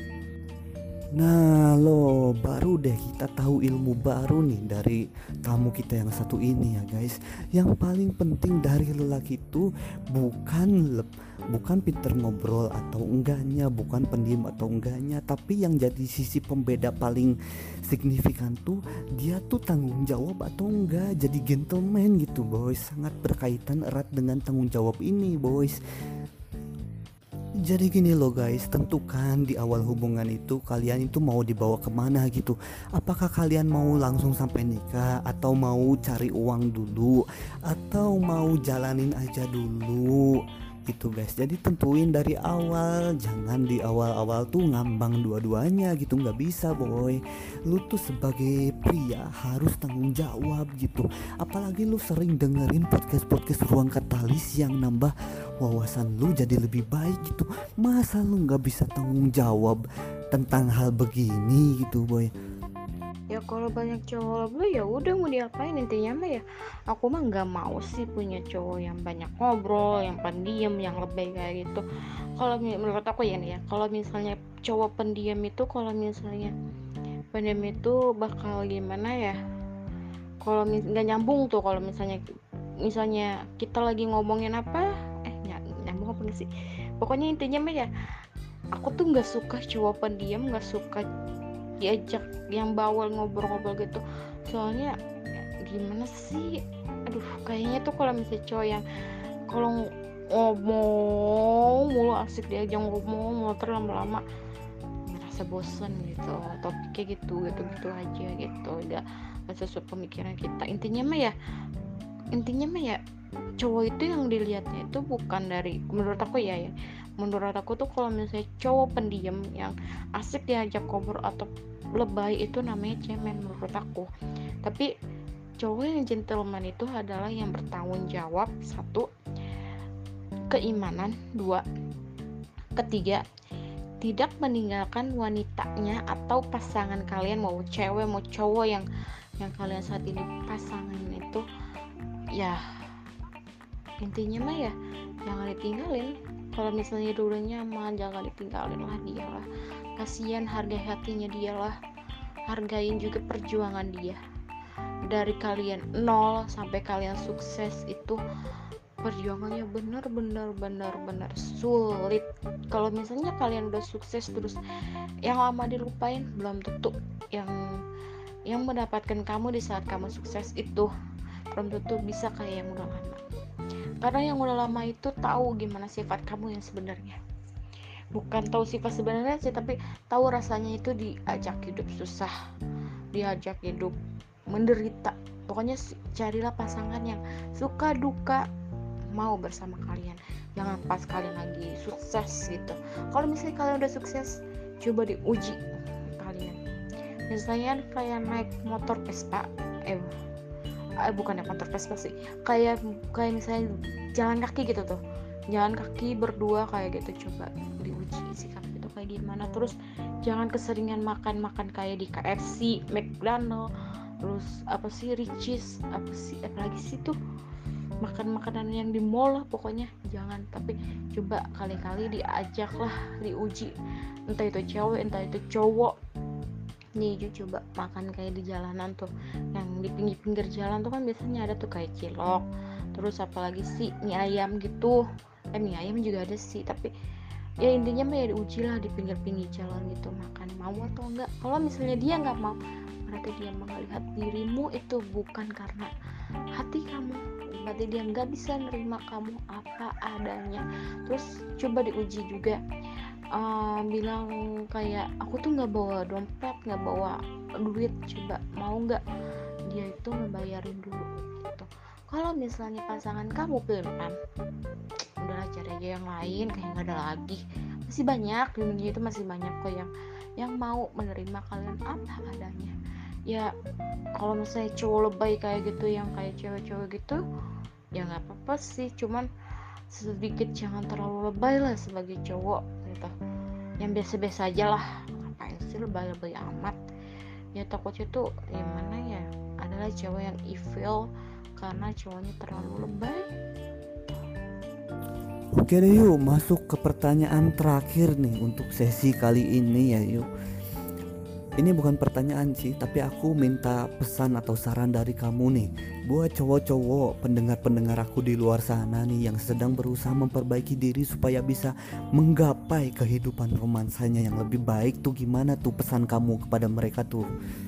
Nah lo baru deh kita tahu ilmu baru nih dari tamu kita yang satu ini ya guys. Yang paling penting dari lelaki itu bukan pinter ngobrol atau enggaknya, bukan pendiam atau enggaknya, tapi yang jadi sisi pembeda paling signifikan tuh dia tuh tanggung jawab atau enggak, jadi gentleman gitu boys. Sangat berkaitan erat dengan tanggung jawab ini boys. Jadi gini loh guys, tentukan di awal hubungan itu kalian itu mau dibawa kemana gitu. Apakah kalian mau langsung sampai nikah, atau mau cari uang dulu, atau mau jalanin aja dulu gitu guys. Jadi tentuin dari awal, jangan di awal-awal tuh ngambang dua-duanya gitu, nggak bisa boy. Lu tuh sebagai pria harus tanggung jawab gitu. Apalagi lu sering dengerin podcast ruang katalis yang nambah wawasan lu jadi lebih baik gitu. Masa lu nggak bisa tanggung jawab tentang hal begini gitu boy? Ya kalau banyak cowok lebay ya udah, mau diapain, intinya mah ya aku mah nggak mau sih punya cowok yang banyak ngobrol, yang pendiam, yang lebay kayak gitu. Kalau menurut aku ya nih ya, kalau misalnya cowok pendiam itu, kalau misalnya pendiam itu bakal gimana ya, kalau nggak nyambung tuh. Kalau misalnya kita lagi ngomongin apa, nyambung apa nggak sih, pokoknya intinya mah ya aku tuh nggak suka cowok pendiam, nggak suka diajak yang bawel ngobrol-ngobrol gitu. Soalnya gimana sih, aduh kayaknya tuh kalau misalnya cowok yang kalau ngomong mulu, asik diajak ngomong mulu, lama-lama ngerasa bosen gitu, topiknya gitu aja gitu, sesuai pemikiran kita. Intinya mah ya cowok itu yang dilihatnya itu bukan dari, menurut aku ya, menurut aku tuh kalau misalnya cowok pendiam yang asik diajak ngobrol atau lebay itu namanya cemen menurut aku. Tapi cowok yang gentleman itu adalah yang bertanggung jawab, satu, keimanan, dua, ketiga, tidak meninggalkan wanitanya atau pasangan kalian, mau cewek mau cowok yang kalian saat ini pasangan itu, ya intinya mah ya jangan ditinggalin. Kalau misalnya dulu nyaman, jangan ditinggalin lah dia lah, kasihan, harga hatinya dia lah, hargain juga perjuangan dia. Dari kalian nol sampai kalian sukses itu perjuangannya bener-bener sulit. Kalau misalnya kalian udah sukses terus yang lama dilupain, belum tentu yang mendapatkan kamu di saat kamu sukses itu belum tentu bisa kayak yang udah lama. Karena yang udah lama itu tahu gimana sifat kamu yang sebenarnya. Bukan tahu sifat sebenarnya sih, tapi tahu rasanya itu diajak hidup susah, diajak hidup menderita. Pokoknya carilah pasangan yang suka duka mau bersama kalian. Jangan pas kalian lagi sukses gitu. Kalau misalnya kalian udah sukses, coba diuji kalian. Misalnya kayak naik motor Vespa, bukan naik motor Vespa sih, kayak misalnya jalan kaki gitu tuh, jalan kaki berdua kayak gitu, coba diuji sikap itu kayak gimana. Terus jangan keseringan makan kayak di KFC, McDonald, terus apa sih Richeese, apalagi sih tuh makan makanan yang di mall lah, pokoknya jangan. Tapi coba kali-kali diajak lah, diuji, entah itu cewek entah itu cowok. Nih coba makan kayak di jalanan tuh, yang di pinggir jalan tuh kan biasanya ada tuh kayak cilok, terus apalagi sih mie ayam gitu. Mie ayam juga ada sih, tapi ya intinya mah ya diuji lah di pinggir jalan gitu, makan mau atau enggak. Kalau misalnya dia nggak mau, berarti dia melihat dirimu itu bukan karena hati kamu, berarti dia nggak bisa nerima kamu apa adanya. Terus coba diuji juga, bilang kayak aku tuh nggak bawa dompet, nggak bawa duit, coba mau nggak dia itu ngebayarin dulu gitu. Kalau misalnya pasangan kamu pilihan, udahlah cari aja yang lain, kayak nggak ada lagi. Masih banyak di dunia itu, masih banyak kok yang mau menerima kalian apa adanya. Ya kalau misalnya cowok lebay kayak gitu, yang kayak cewek-cewek gitu, ya nggak apa-apa sih, cuman sedikit jangan terlalu lebay lah sebagai cowok gitu. Yang biasa-biasa aja lah, ngapain sih lebay-lebay amat. Ya takutnya tuh gimana ya, adalah cewek yang evil karena cowoknya terlalu lebay. Oke deh, yuk masuk ke pertanyaan terakhir nih untuk sesi kali ini ya. Yuk, ini bukan pertanyaan sih, tapi aku minta pesan atau saran dari kamu nih, buat cowok-cowok pendengar aku di luar sana nih yang sedang berusaha memperbaiki diri supaya bisa menggapai kehidupan romansanya yang lebih baik tuh. Gimana tuh pesan kamu kepada mereka tuh?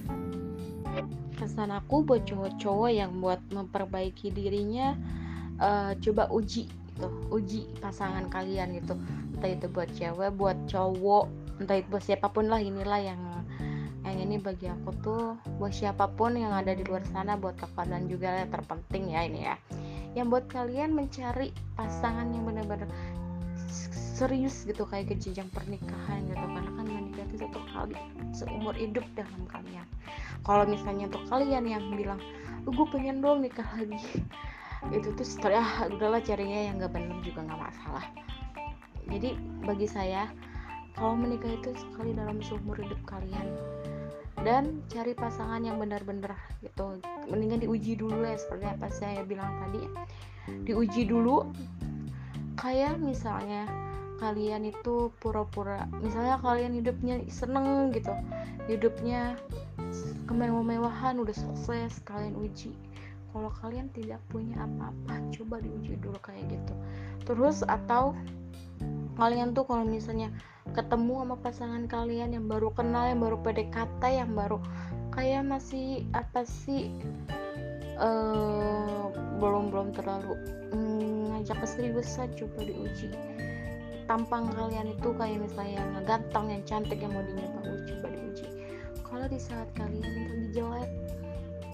Pesan aku buat cowok-cowok yang buat memperbaiki dirinya, coba uji gitu, uji pasangan kalian gitu, entah itu buat cewek, buat cowok, entah itu buat siapapun lah. Inilah yang ini bagi aku tuh buat siapapun yang ada di luar sana, buat kalian juga yang terpenting ya ini ya, yang buat kalian mencari pasangan yang benar-benar serius gitu, kayak ke jenjang pernikahan gitu. Karena kan menikah itu satu kali seumur hidup dalam kalian. Kalau misalnya untuk kalian yang bilang gue pengen dong nikah lagi, itu tuh setelah udahlah carinya yang gak bener juga gak masalah. Jadi bagi saya, kalau menikah itu sekali dalam seumur hidup kalian, dan cari pasangan yang benar-benar gitu. Mendingan diuji dulu ya, seperti apa saya bilang tadi, diuji dulu. Kayak misalnya kalian itu pura-pura, misalnya kalian hidupnya seneng gitu, hidupnya kemewah-mewahan, udah sukses, kalian uji. Kalau kalian tidak punya apa-apa, coba diuji dulu kayak gitu. Terus atau kalian tuh kalau misalnya ketemu sama pasangan kalian yang baru kenal, yang baru PDKT, yang baru kayak masih apa sih, belum terlalu ngajak ke seriusan, coba diuji. Tampang kalian itu kayak misalnya yang ganteng, yang cantik, yang mau dinyoba, coba diuji. Kalau di saat kalian lagi jelek,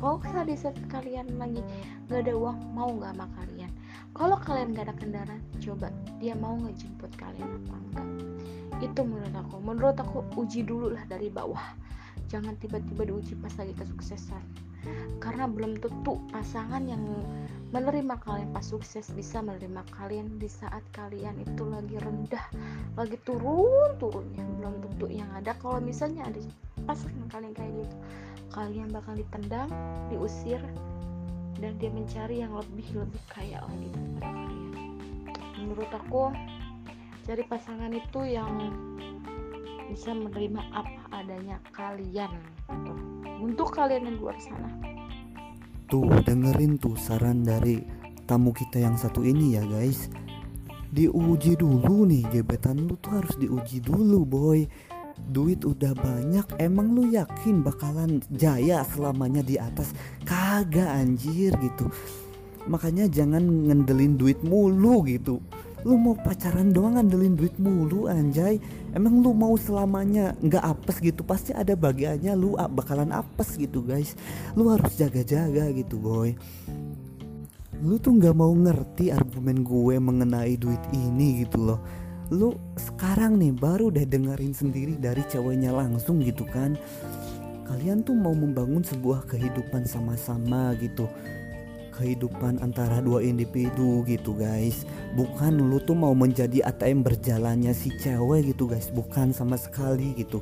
Kalau di saat kalian lagi gak ada uang, mau gak sama kalian? Kalau kalian gak ada kendaraan, coba dia mau ngejemput kalian apa enggak? Itu menurut aku uji dulu lah dari bawah, jangan tiba-tiba diuji pas lagi kesuksesan, karena belum tentu pasangan yang menerima kalian pas sukses bisa menerima kalian di saat kalian itu lagi rendah, lagi turunnya. Belum tentu. Yang ada kalau misalnya ada pasangan kalian kayak gitu, kalian bakal ditendang, diusir, dan dia mencari yang lebih kaya lagi daripada kalian. Menurut aku, cari pasangan itu yang bisa menerima apa adanya kalian gitu. Untuk kalian yang di luar sana, tuh dengerin tuh saran dari tamu kita yang satu ini ya guys. Diuji dulu nih, gebetan lu tuh harus diuji dulu boy. Duit udah banyak, emang lu yakin bakalan jaya selamanya di atas? Kagak anjir gitu. Makanya jangan ngandelin duit mulu gitu. Lu mau pacaran doang ngandelin duit mulu anjay. Emang lu mau selamanya nggak apes gitu? Pasti ada bagiannya lu bakalan apes gitu guys. Lu harus jaga-jaga gitu boy. Lu tuh nggak mau ngerti argumen gue mengenai duit ini gitu loh. Lu sekarang nih baru udah dengerin sendiri dari ceweknya langsung gitu kan. Kalian tuh mau membangun sebuah kehidupan sama-sama gitu, kehidupan antara dua individu gitu guys. Bukan lu tuh mau menjadi ATM berjalannya si cewek gitu guys, bukan sama sekali gitu.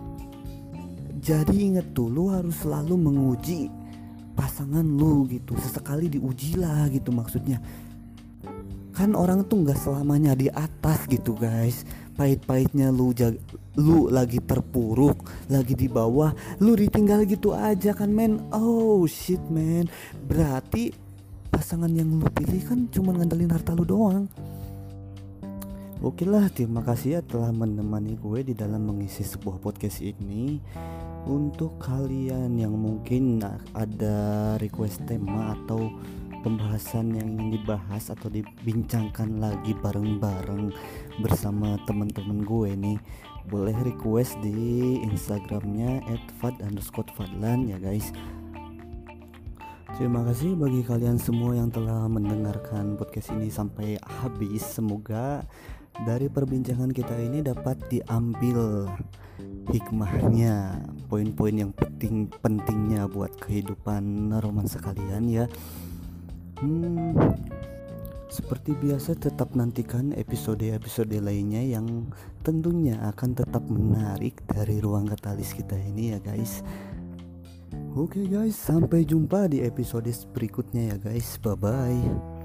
Jadi inget tuh, lu harus selalu menguji pasangan lu gitu. Sesekali diuji lah gitu maksudnya. Kan orang tuh gak selamanya di atas gitu guys. Pahit-pahitnya lu lagi terpuruk, lagi di bawah, lu ditinggal gitu aja kan men. Oh shit man. Berarti pasangan yang lu pilih kan cuma ngandelin harta lu doang. Oke lah, terima kasih ya telah menemani gue di dalam mengisi sebuah podcast ini. Untuk kalian yang mungkin ada request tema atau pembahasan yang ingin dibahas atau dibincangkan lagi bareng-bareng bersama teman-teman gue nih, boleh request di Instagramnya @fad_fadlan ya guys. Terima kasih bagi kalian semua yang telah mendengarkan podcast ini sampai habis. Semoga dari perbincangan kita ini dapat diambil hikmahnya, poin-poin yang pentingnya buat kehidupan romansa kalian ya. Seperti biasa tetap nantikan episode-episode lainnya yang tentunya akan tetap menarik dari ruang katalis kita ini ya guys. Oke guys, sampai jumpa di episode berikutnya ya guys. Bye bye.